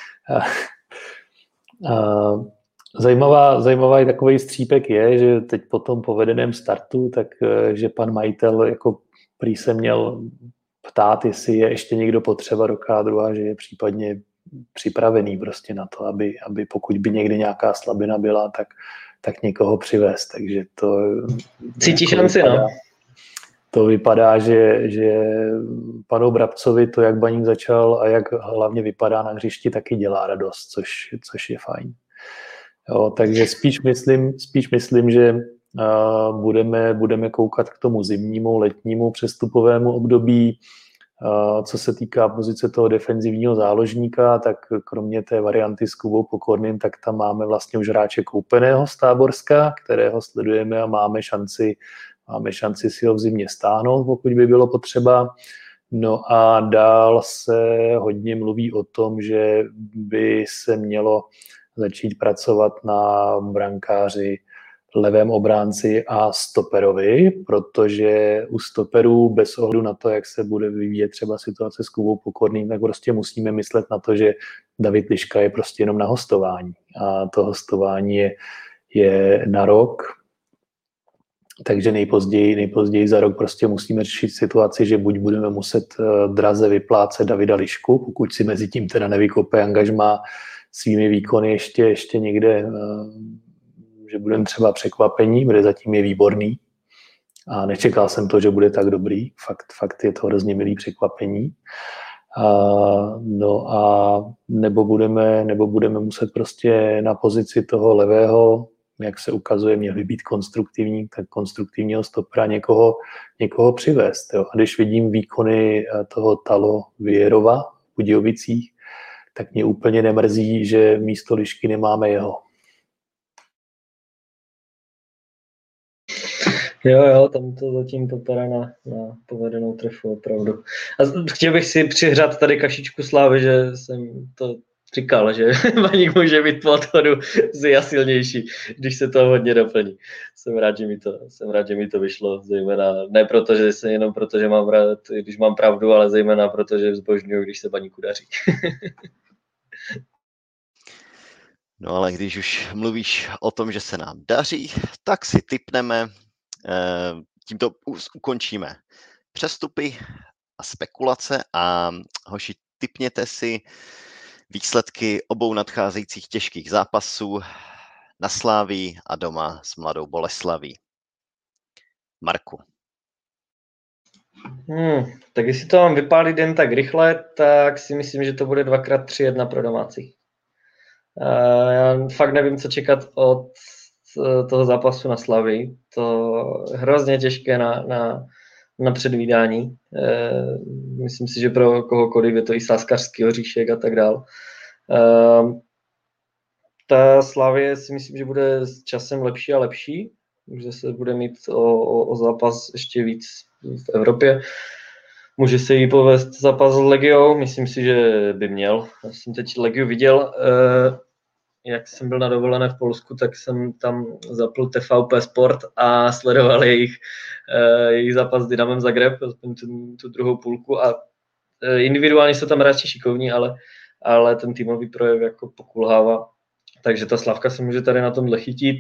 Zajímavá je takový střípek je, že teď po tom povedeném startu, takže pan majitel jako prý se měl ptát, jestli je ještě někdo potřeba do kádru a že je případně připravený prostě na to, aby pokud by někdy nějaká slabina byla, tak někoho přivést. Takže to cítí šanci, no. To vypadá, že panu Brabcovi to, jak Baník začal a jak hlavně vypadá na hřišti, taky dělá radost, což je fajn. Jo, takže spíš myslím, že budeme koukat k tomu zimnímu, letnímu přestupovému období. Co se týká pozice toho defenzivního záložníka, tak kromě té varianty s Kubou Pokorným, tak tam máme vlastně už hráče koupeného z Táborska, kterého sledujeme a máme šanci si ho v zimě stáhnout, pokud by bylo potřeba. No a dál se hodně mluví o tom, že by se mělo začít pracovat na brankáři, levém obránci a stoperovi, protože u stoperů bez ohledu na to, jak se bude vyvíjet třeba situace s Kubou Pokorným, tak prostě musíme myslet na to, že David Liška je prostě jenom na hostování a to hostování je na rok, takže nejpozději za rok prostě musíme řešit situaci, že buď budeme muset draze vyplácet Davida Lišku, pokud si mezi tím teda nevykope angažmá svými výkony ještě někde, že budeme třeba překvapení, protože zatím je výborný a nečekal jsem to, že bude tak dobrý. Fakt je to hrozně milý překvapení. No a nebo budeme muset prostě na pozici toho levého, jak se ukazuje, měl by být konstruktivní, tak konstruktivního stopera někoho přivést. Jo. A když vidím výkony toho Talo Vierova v Budějovicích, tak mě úplně nemrzí, že místo Lišky nemáme jeho. Jo, tam to zatím vypadá na povedenou trefu, opravdu. A chtěl bych si přihřát tady kašičku slávy, že jsem to říkal, že Baník může být po odchodu silnější, když se to hodně doplní. Jsem rád, že mi to vyšlo, zejména ne jenom proto, že mám rád, když mám pravdu, ale zejména proto, že zbožňuju, když se Baníku daří. No ale když už mluvíš o tom, že se nám daří, tak si tipneme, tímto ukončíme přestupy a spekulace a hoši, tipněte si výsledky obou nadcházejících těžkých zápasů na Slavii a doma s Mladou Boleslaví. Marku. Tak jestli to mám vypálit jen tak rychle, tak si myslím, že to bude 2x3-1 pro domácí. Já fakt nevím, co čekat od toho zápasu na Slavii. To je hrozně těžké na předvídání. Myslím si, že pro kohokoliv je to i sáskařský oříšek a tak dál. Ta Slavie si myslím, že bude s časem lepší a lepší, že se bude mít o zápas ještě víc v Evropě. může se jí povést zápas s Legiou, myslím si, že by měl. Já jsem teď Legiu viděl, jak jsem byl na dovolené v Polsku, tak jsem tam zapl TVP Sport a sledoval jejich zápas s Dynamem Zagreb, tu druhou půlku a individuálně jsou tam hráči šikovní, ale ten týmový projev jako pokulhává. Takže ta Slavka se může tady na tomhle chytit.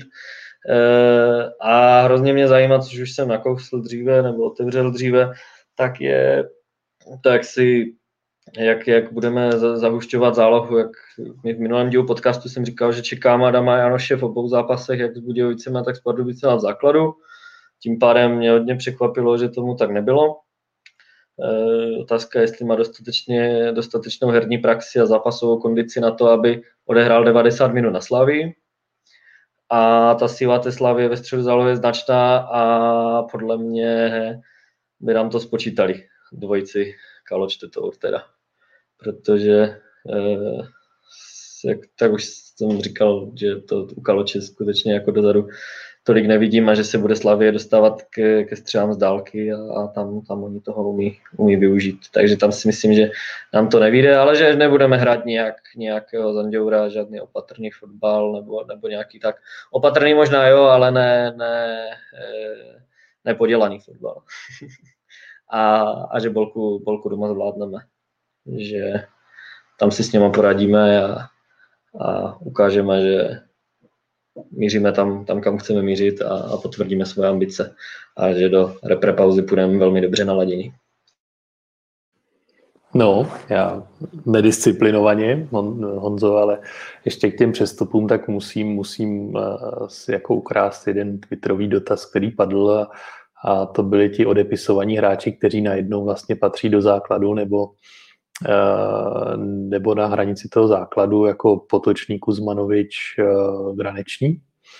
A hrozně mě zajímá, což už jsem nakousl dříve nebo otevřel dříve, tak je to, jak budeme zahušťovat zálohu. Jak v minulém dílu podcastu jsem říkal, že čekám Adama Janoše v obou zápasech, jak s Budějovicemi, tak s Pardubicemi v základu. Tím pádem mě hodně překvapilo, že tomu tak nebylo. Otázka je, jestli má dostatečnou herní praxi a zápasovou kondici na to, aby odehrál 90 minut na Slavii. A ta síla té Slavie ve středu zálohy je značná a podle mě by nám to spočítali dvojici Kaloč Tetour teda. Protože tak už jsem říkal, že to u Kaloče skutečně jako dozadu tolik nevidím a že se bude Slavie dostávat ke střelám z dálky a tam oni toho umí využít. Takže tam si myslím, že nám to nevyjde, ale že nebudeme hrát nějakého Zanděura, žádný opatrný fotbal nebo nějaký tak. Opatrný možná jo, ale nepodělaný fotbal. a že bolku doma zvládneme. Že tam si s něma poradíme a ukážeme, že míříme tam, kam chceme mířit a potvrdíme svoje ambice. A že do reprepauzy půjdeme velmi dobře naladění. No, já nedisciplinovaně, Honzo, ale ještě k těm přestupům, tak musím si jako ukrást jeden twitterový dotaz, který padl a to byli ti odepisovaní hráči, kteří najednou vlastně patří do základu nebo na hranici toho základu jako Potočný, Kuzmanovič, Granečný.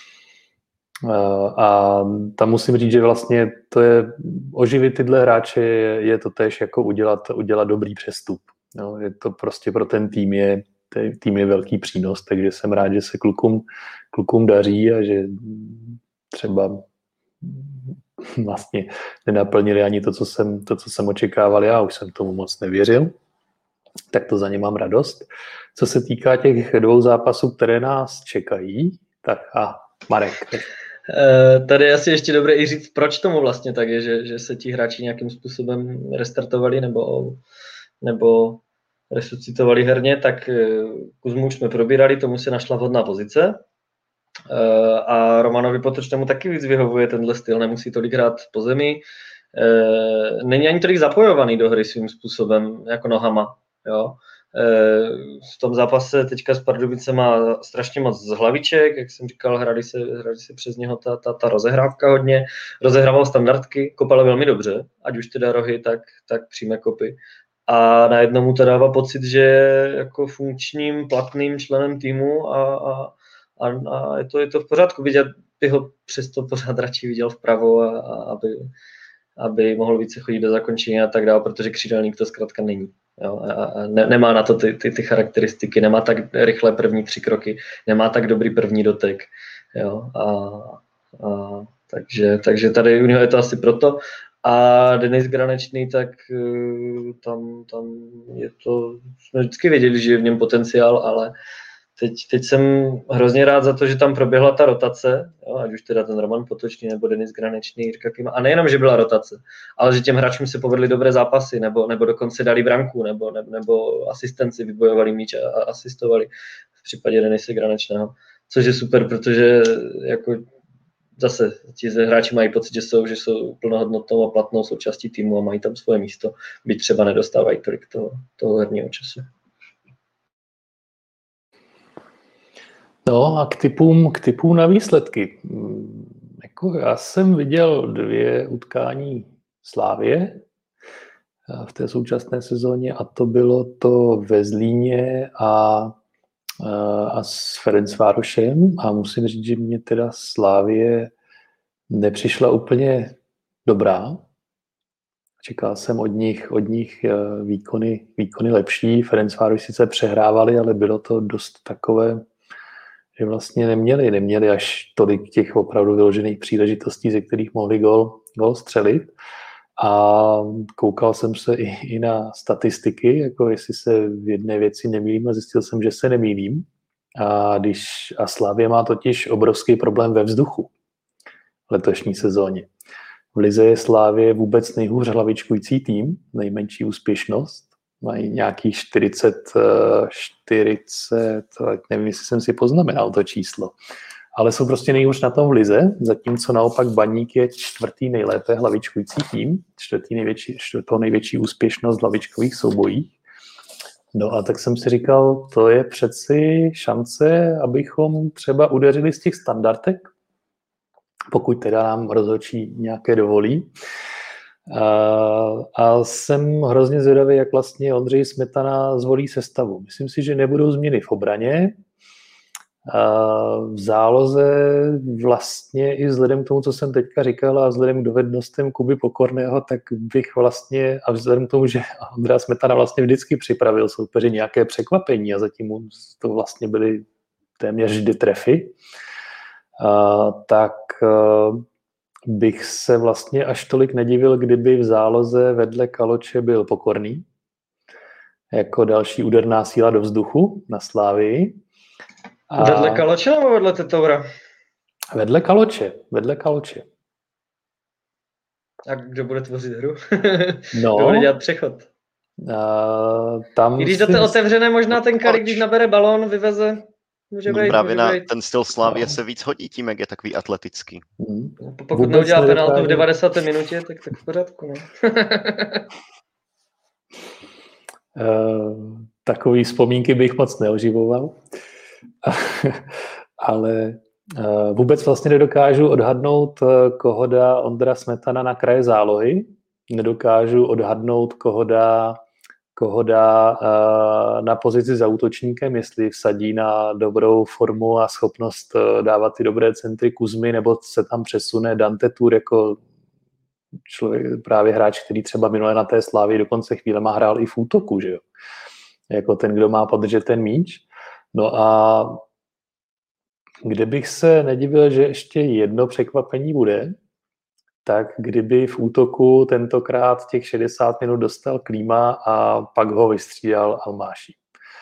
A tam musím říct, že vlastně to je oživit tyhle hráče je to též jako udělat dobrý přestup. No, je to prostě pro ten tým je velký přínos, takže jsem rád, že se klukům daří a že třeba vlastně nenaplnili ani to, co jsem očekával já, už jsem tomu moc nevěřil. Tak to za ně mám radost. Co se týká těch dvou zápasů, které nás čekají, tak Marek. Tady je asi ještě dobré i říct, proč tomu vlastně tak je, že se ti hráči nějakým způsobem restartovali nebo resuscitovali herně, tak Kuzmu už jsme probírali, tomu se našla vhodná pozice a Romanovi Potočnému taky víc vyhovuje tenhle styl, nemusí tolik hrát po zemi, není ani tolik zapojovaný do hry svým způsobem, jako nohama, jo. V tom zápase teďka s Pardubicem má strašně moc z hlaviček, jak jsem říkal, hrali se přes něho ta rozehrávka hodně, rozehrával standardky, kopal velmi dobře, ať už teda rohy, tak přímé kopy. A najednou mu to dává pocit, že je jako funkčním, platným členem týmu a je to v pořádku. Vidět by ho přesto pořád radši viděl vpravo, aby mohl více chodit do zakončení a tak dále, protože křídelník to zkrátka není. Jo, a nemá na to ty charakteristiky, nemá tak rychle první 3 kroky, nemá tak dobrý první dotek. Jo, takže tady u něho je to asi proto. A Denis Granečný, tak tam je to, jsme vždycky věděli, že je v něm potenciál, ale teď jsem hrozně rád za to, že tam proběhla ta rotace, jo, ať už teda ten Roman Potočný nebo Denis Granečný, Jirka Klima. A nejenom, že byla rotace, ale že těm hráčům se povedly dobré zápasy, nebo dokonce dali branku, nebo asistenci, vybojovali míč a asistovali v případě Denise Granečného. Což je super, protože jako zase ti hráči mají pocit, že jsou plnohodnotnou a platnou součástí týmu a mají tam svoje místo, byť třeba nedostávají tolik toho herního času. No a k typům na výsledky. Jako já jsem viděl 2 utkání Slávie v té současné sezóně a to bylo to ve Zlíně a s Ferencvárošem a musím říct, že mě teda Slávie nepřišla úplně dobrá. Čekal jsem od nich výkony lepší. Ferencvároš sice přehrávali, ale bylo to dost takové, že vlastně neměli až tolik těch opravdu vyložených příležitostí, ze kterých mohli gól střelit. A koukal jsem se i na statistiky, jako jestli se v jedné věci nemýlím, a zjistil jsem, že se nemýlím. A Slavia má totiž obrovský problém ve vzduchu v letošní sezóně. V lize je Slavie vůbec nejhůř hlavičkující tým, nejmenší úspěšnost. Mají nějakých 40, nevím, jestli jsem si poznamenal to číslo. Ale jsou prostě nejhůř na tom v lize, zatímco naopak Baník je čtvrtý nejlépe hlavičkující tým, čtvrtou největší úspěšnost v hlavičkových soubojích. No a tak jsem si říkal, to je přeci šance, abychom třeba udeřili z těch standardek, pokud teda nám rozhodčí nějaké dovolí. A jsem hrozně zvědavý, jak vlastně Ondřej Smetana zvolí sestavu. Myslím si, že nebudou změny v obraně. V záloze vlastně i vzhledem k tomu, co jsem teďka říkal, a vzhledem k dovednostem Kuby Pokorného, tak bych vlastně, a vzhledem k tomu, že Ondřej Smetana vlastně vždycky připravil soupeři nějaké překvapení a zatím to vlastně byly téměř vždy trefy, tak bych se vlastně až tolik nedivil, kdyby v záloze vedle Kaloče byl Pokorný jako další úderná síla do vzduchu na Slávii. Vedle Kaloče nebo vedle Tetoura? Vedle Kaloče. A kdo bude tvořit hru? No, Kdo bude dělat přechod? Tam I když dáte otevřené, možná ten Kalik, když nabere balón, vyveze. Právě na ten styl Slavie se víc hodí tím, jak je takový atletický. Pokud neudělá penaltu v 90. minutě, tak v pořádku. No. Takový vzpomínky bych moc neoživoval. Ale vůbec vlastně nedokážu odhadnout, koho dá Ondra Smetana na kraje zálohy. Nedokážu odhadnout, koho dá na pozici za útočníkem, jestli vsadí na dobrou formu a schopnost dávat ty dobré centry Kuzmy, nebo se tam přesune Dante Tour jako člověk, právě hráč, který třeba minule na té Slávii dokonce chvílema hrál i v útoku, že jo? Jako ten, kdo má podržet ten míč. No a kdybych se nedivil, že ještě jedno překvapení bude, tak kdyby v útoku tentokrát těch 60 minut dostal Klíma a pak ho vystřídal Almáši.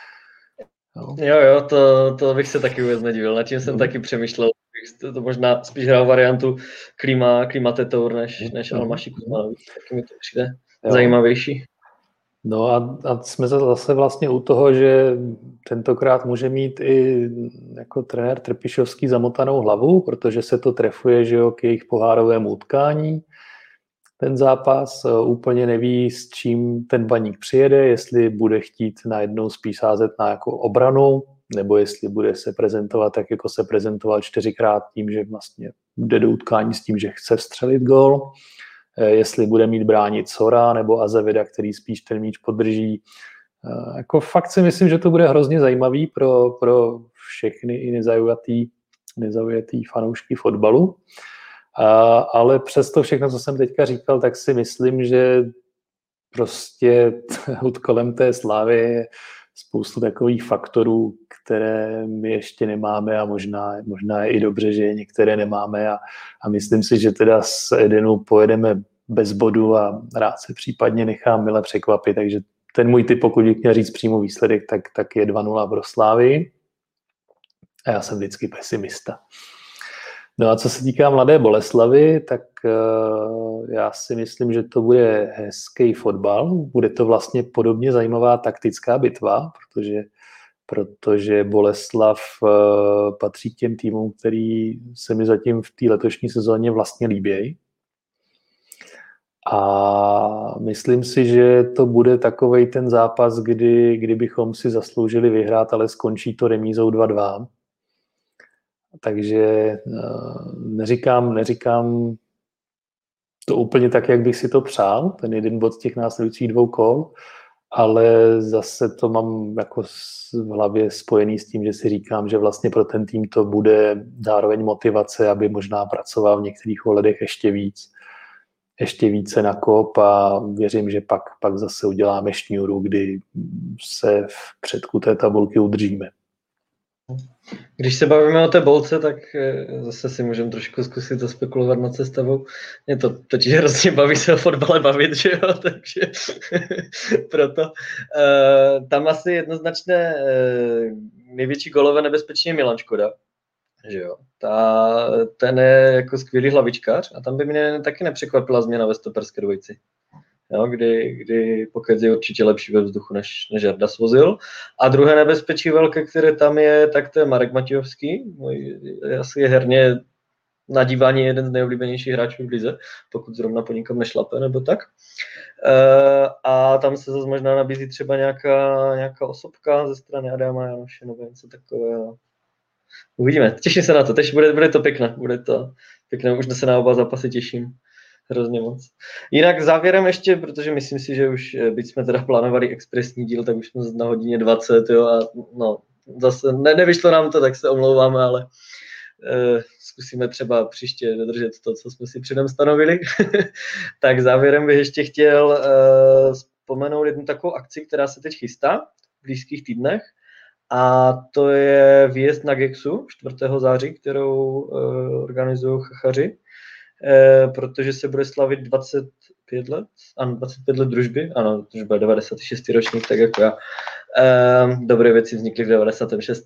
No. Jo, to bych se taky vůbec nedivil. Na tím jsem taky přemýšlel. To možná spíš hrál variantu Klíma Tetour než Almáši Kuzma. Taky mi to přijde zajímavější. No a jsme zase vlastně u toho, že tentokrát může mít i jako trenér Trpišovský zamotanou hlavu, protože se to trefuje, že jo, k jejich pohárovému utkání. Ten zápas úplně neví, s čím ten Baník přijede, jestli bude chtít najednou spíš sázet na jako obranu, nebo jestli bude se prezentovat tak, jako se prezentoval 4krát tím, že vlastně jde do utkání s tím, že chce vstřelit gól. Jestli bude mít bránit Sora nebo Azeveda, který spíš ten míč podrží. Jako fakt si myslím, že to bude hrozně zajímavý pro všechny i nezaujatý fanoušky fotbalu. Ale přes to všechno, co jsem teďka říkal, tak si myslím, že prostě kolem té Slávy je spoustu takových faktorů, které my ještě nemáme a možná je i dobře, že je některé nemáme a myslím si, že teda s Edenu pojedeme bez bodu a rád se případně nechám mile překvapit, takže ten můj tip, pokud bych měl říct přímo výsledek, tak je 2-0 pro Slávii a já jsem vždycky pesimista. No a co se týká Mladé Boleslavi, tak já si myslím, že to bude hezký fotbal. Bude to vlastně podobně zajímavá taktická bitva, protože Boleslav patří k těm týmům, který se mi zatím v té letošní sezóně vlastně líbějí. A myslím si, že to bude takovej ten zápas, kdybychom si zasloužili vyhrát, ale skončí to remízou 2-2. Takže neříkám to úplně tak, jak bych si to přál, ten jeden bod z těch následujících 2 kol, ale zase to mám jako v hlavě spojený s tím, že si říkám, že vlastně pro ten tým to bude zároveň motivace, aby možná pracoval v některých ohledech ještě více na kop a věřím, že pak zase uděláme šňůru, kdy se v předku té tabulky udržíme. Když se bavíme o té bolce, tak zase si můžeme trošku zkusit zaspekulovat nad sestavou. Mě to totiž hrozně baví se o fotbale bavit, že jo, takže proto. Tam asi jednoznačně největší golové nebezpečí je Milan Škoda, že jo. Ten je jako skvělý hlavičkář a tam by mě taky nepřekvapila změna ve stoperské dvojici. Jo, kdy Pokec je určitě lepší ve vzduchu než Jarda Svozil. A druhé nebezpečí velké, které tam je, tak to je Marek Matějovský. Asi je herně na dívání jeden z nejoblíbenějších hráčů v lize, pokud zrovna po nikom nešlape nebo tak. A tam se zase možná nabízí třeba nějaká osobka ze strany Adama Janoše nebo něco takového. Uvidíme, těším se na to, teď bude to pěkné, už se na oba zápasy těším. Hrozně moc. Jinak závěrem ještě, protože myslím si, že už, byť jsme teda plánovali expresní díl, tak už jsme na hodině 20, jo, a no, zase nevyšlo nám to, tak se omlouváme, ale zkusíme třeba příště dodržet to, co jsme si předem stanovili. Tak závěrem bych ještě chtěl vzpomenout jednu takovou akci, která se teď chystá v blízkých týdnech, a to je výjezd na Gexu 4. září, kterou organizují chachaři, protože se bude slavit 25 let, ano, 25 let družby, ano, družba 96. ročník, tak jako já. Dobré věci vznikly v 96.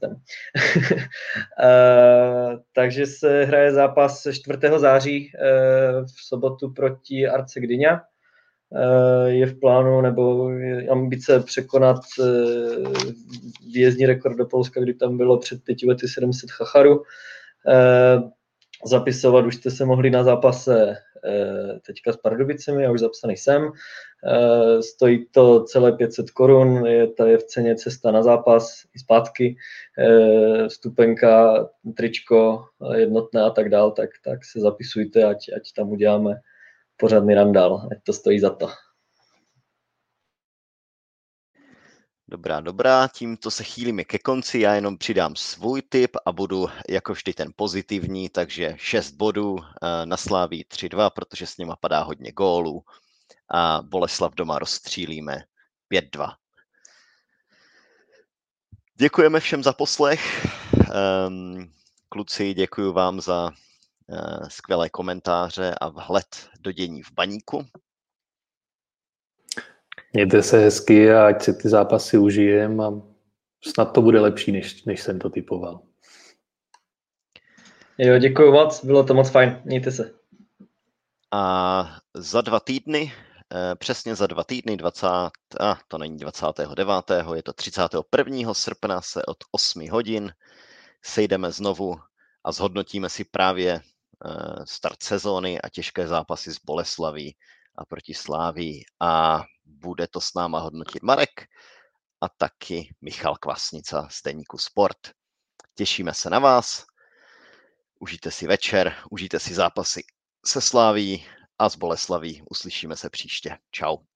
Takže se hraje zápas 4. září v sobotu proti Arce Gdyňa. Je v plánu, nebo je ambice překonat výjezdní rekord do Polska, kdy tam bylo před 5 lety 700 chacharů. Zapisovat už jste se mohli na zápase teďka s Pardubicemi, já už zapsaný jsem. Stojí to celé 500 korun, je v ceně cesta na zápas i zpátky, vstupenka, tričko jednotné a tak dál, tak se zapisujte, ať tam uděláme pořádný randál, ať to stojí za to. Dobrá, tímto se chýlíme ke konci, já jenom přidám svůj tip a budu jako vždy ten pozitivní, takže 6 bodů, na Slávii 3-2, protože s nima padá hodně gólů a Boleslav doma rozstřílíme 5-2. Děkujeme všem za poslech, kluci, děkuji vám za skvělé komentáře a vhled do dění v baníku. Mějte se hezky a ať si ty zápasy užijem a snad to bude lepší, než jsem to typoval. Jo, děkuji moc, bylo to moc fajn, mějte se. A za 2 týdny, přesně za 2 týdny, to není 29., je to 31. srpna se od 8 hodin sejdeme znovu a zhodnotíme si právě start sezóny a těžké zápasy s Boleslaví a proti Slávii a bude to s náma hodnotit Marek a taky Michal Kvasnica z deníku Sport. Těšíme se na vás, užijte si večer, užijte si zápasy se Slavií a s Boleslaví. Uslyšíme se příště. Čau.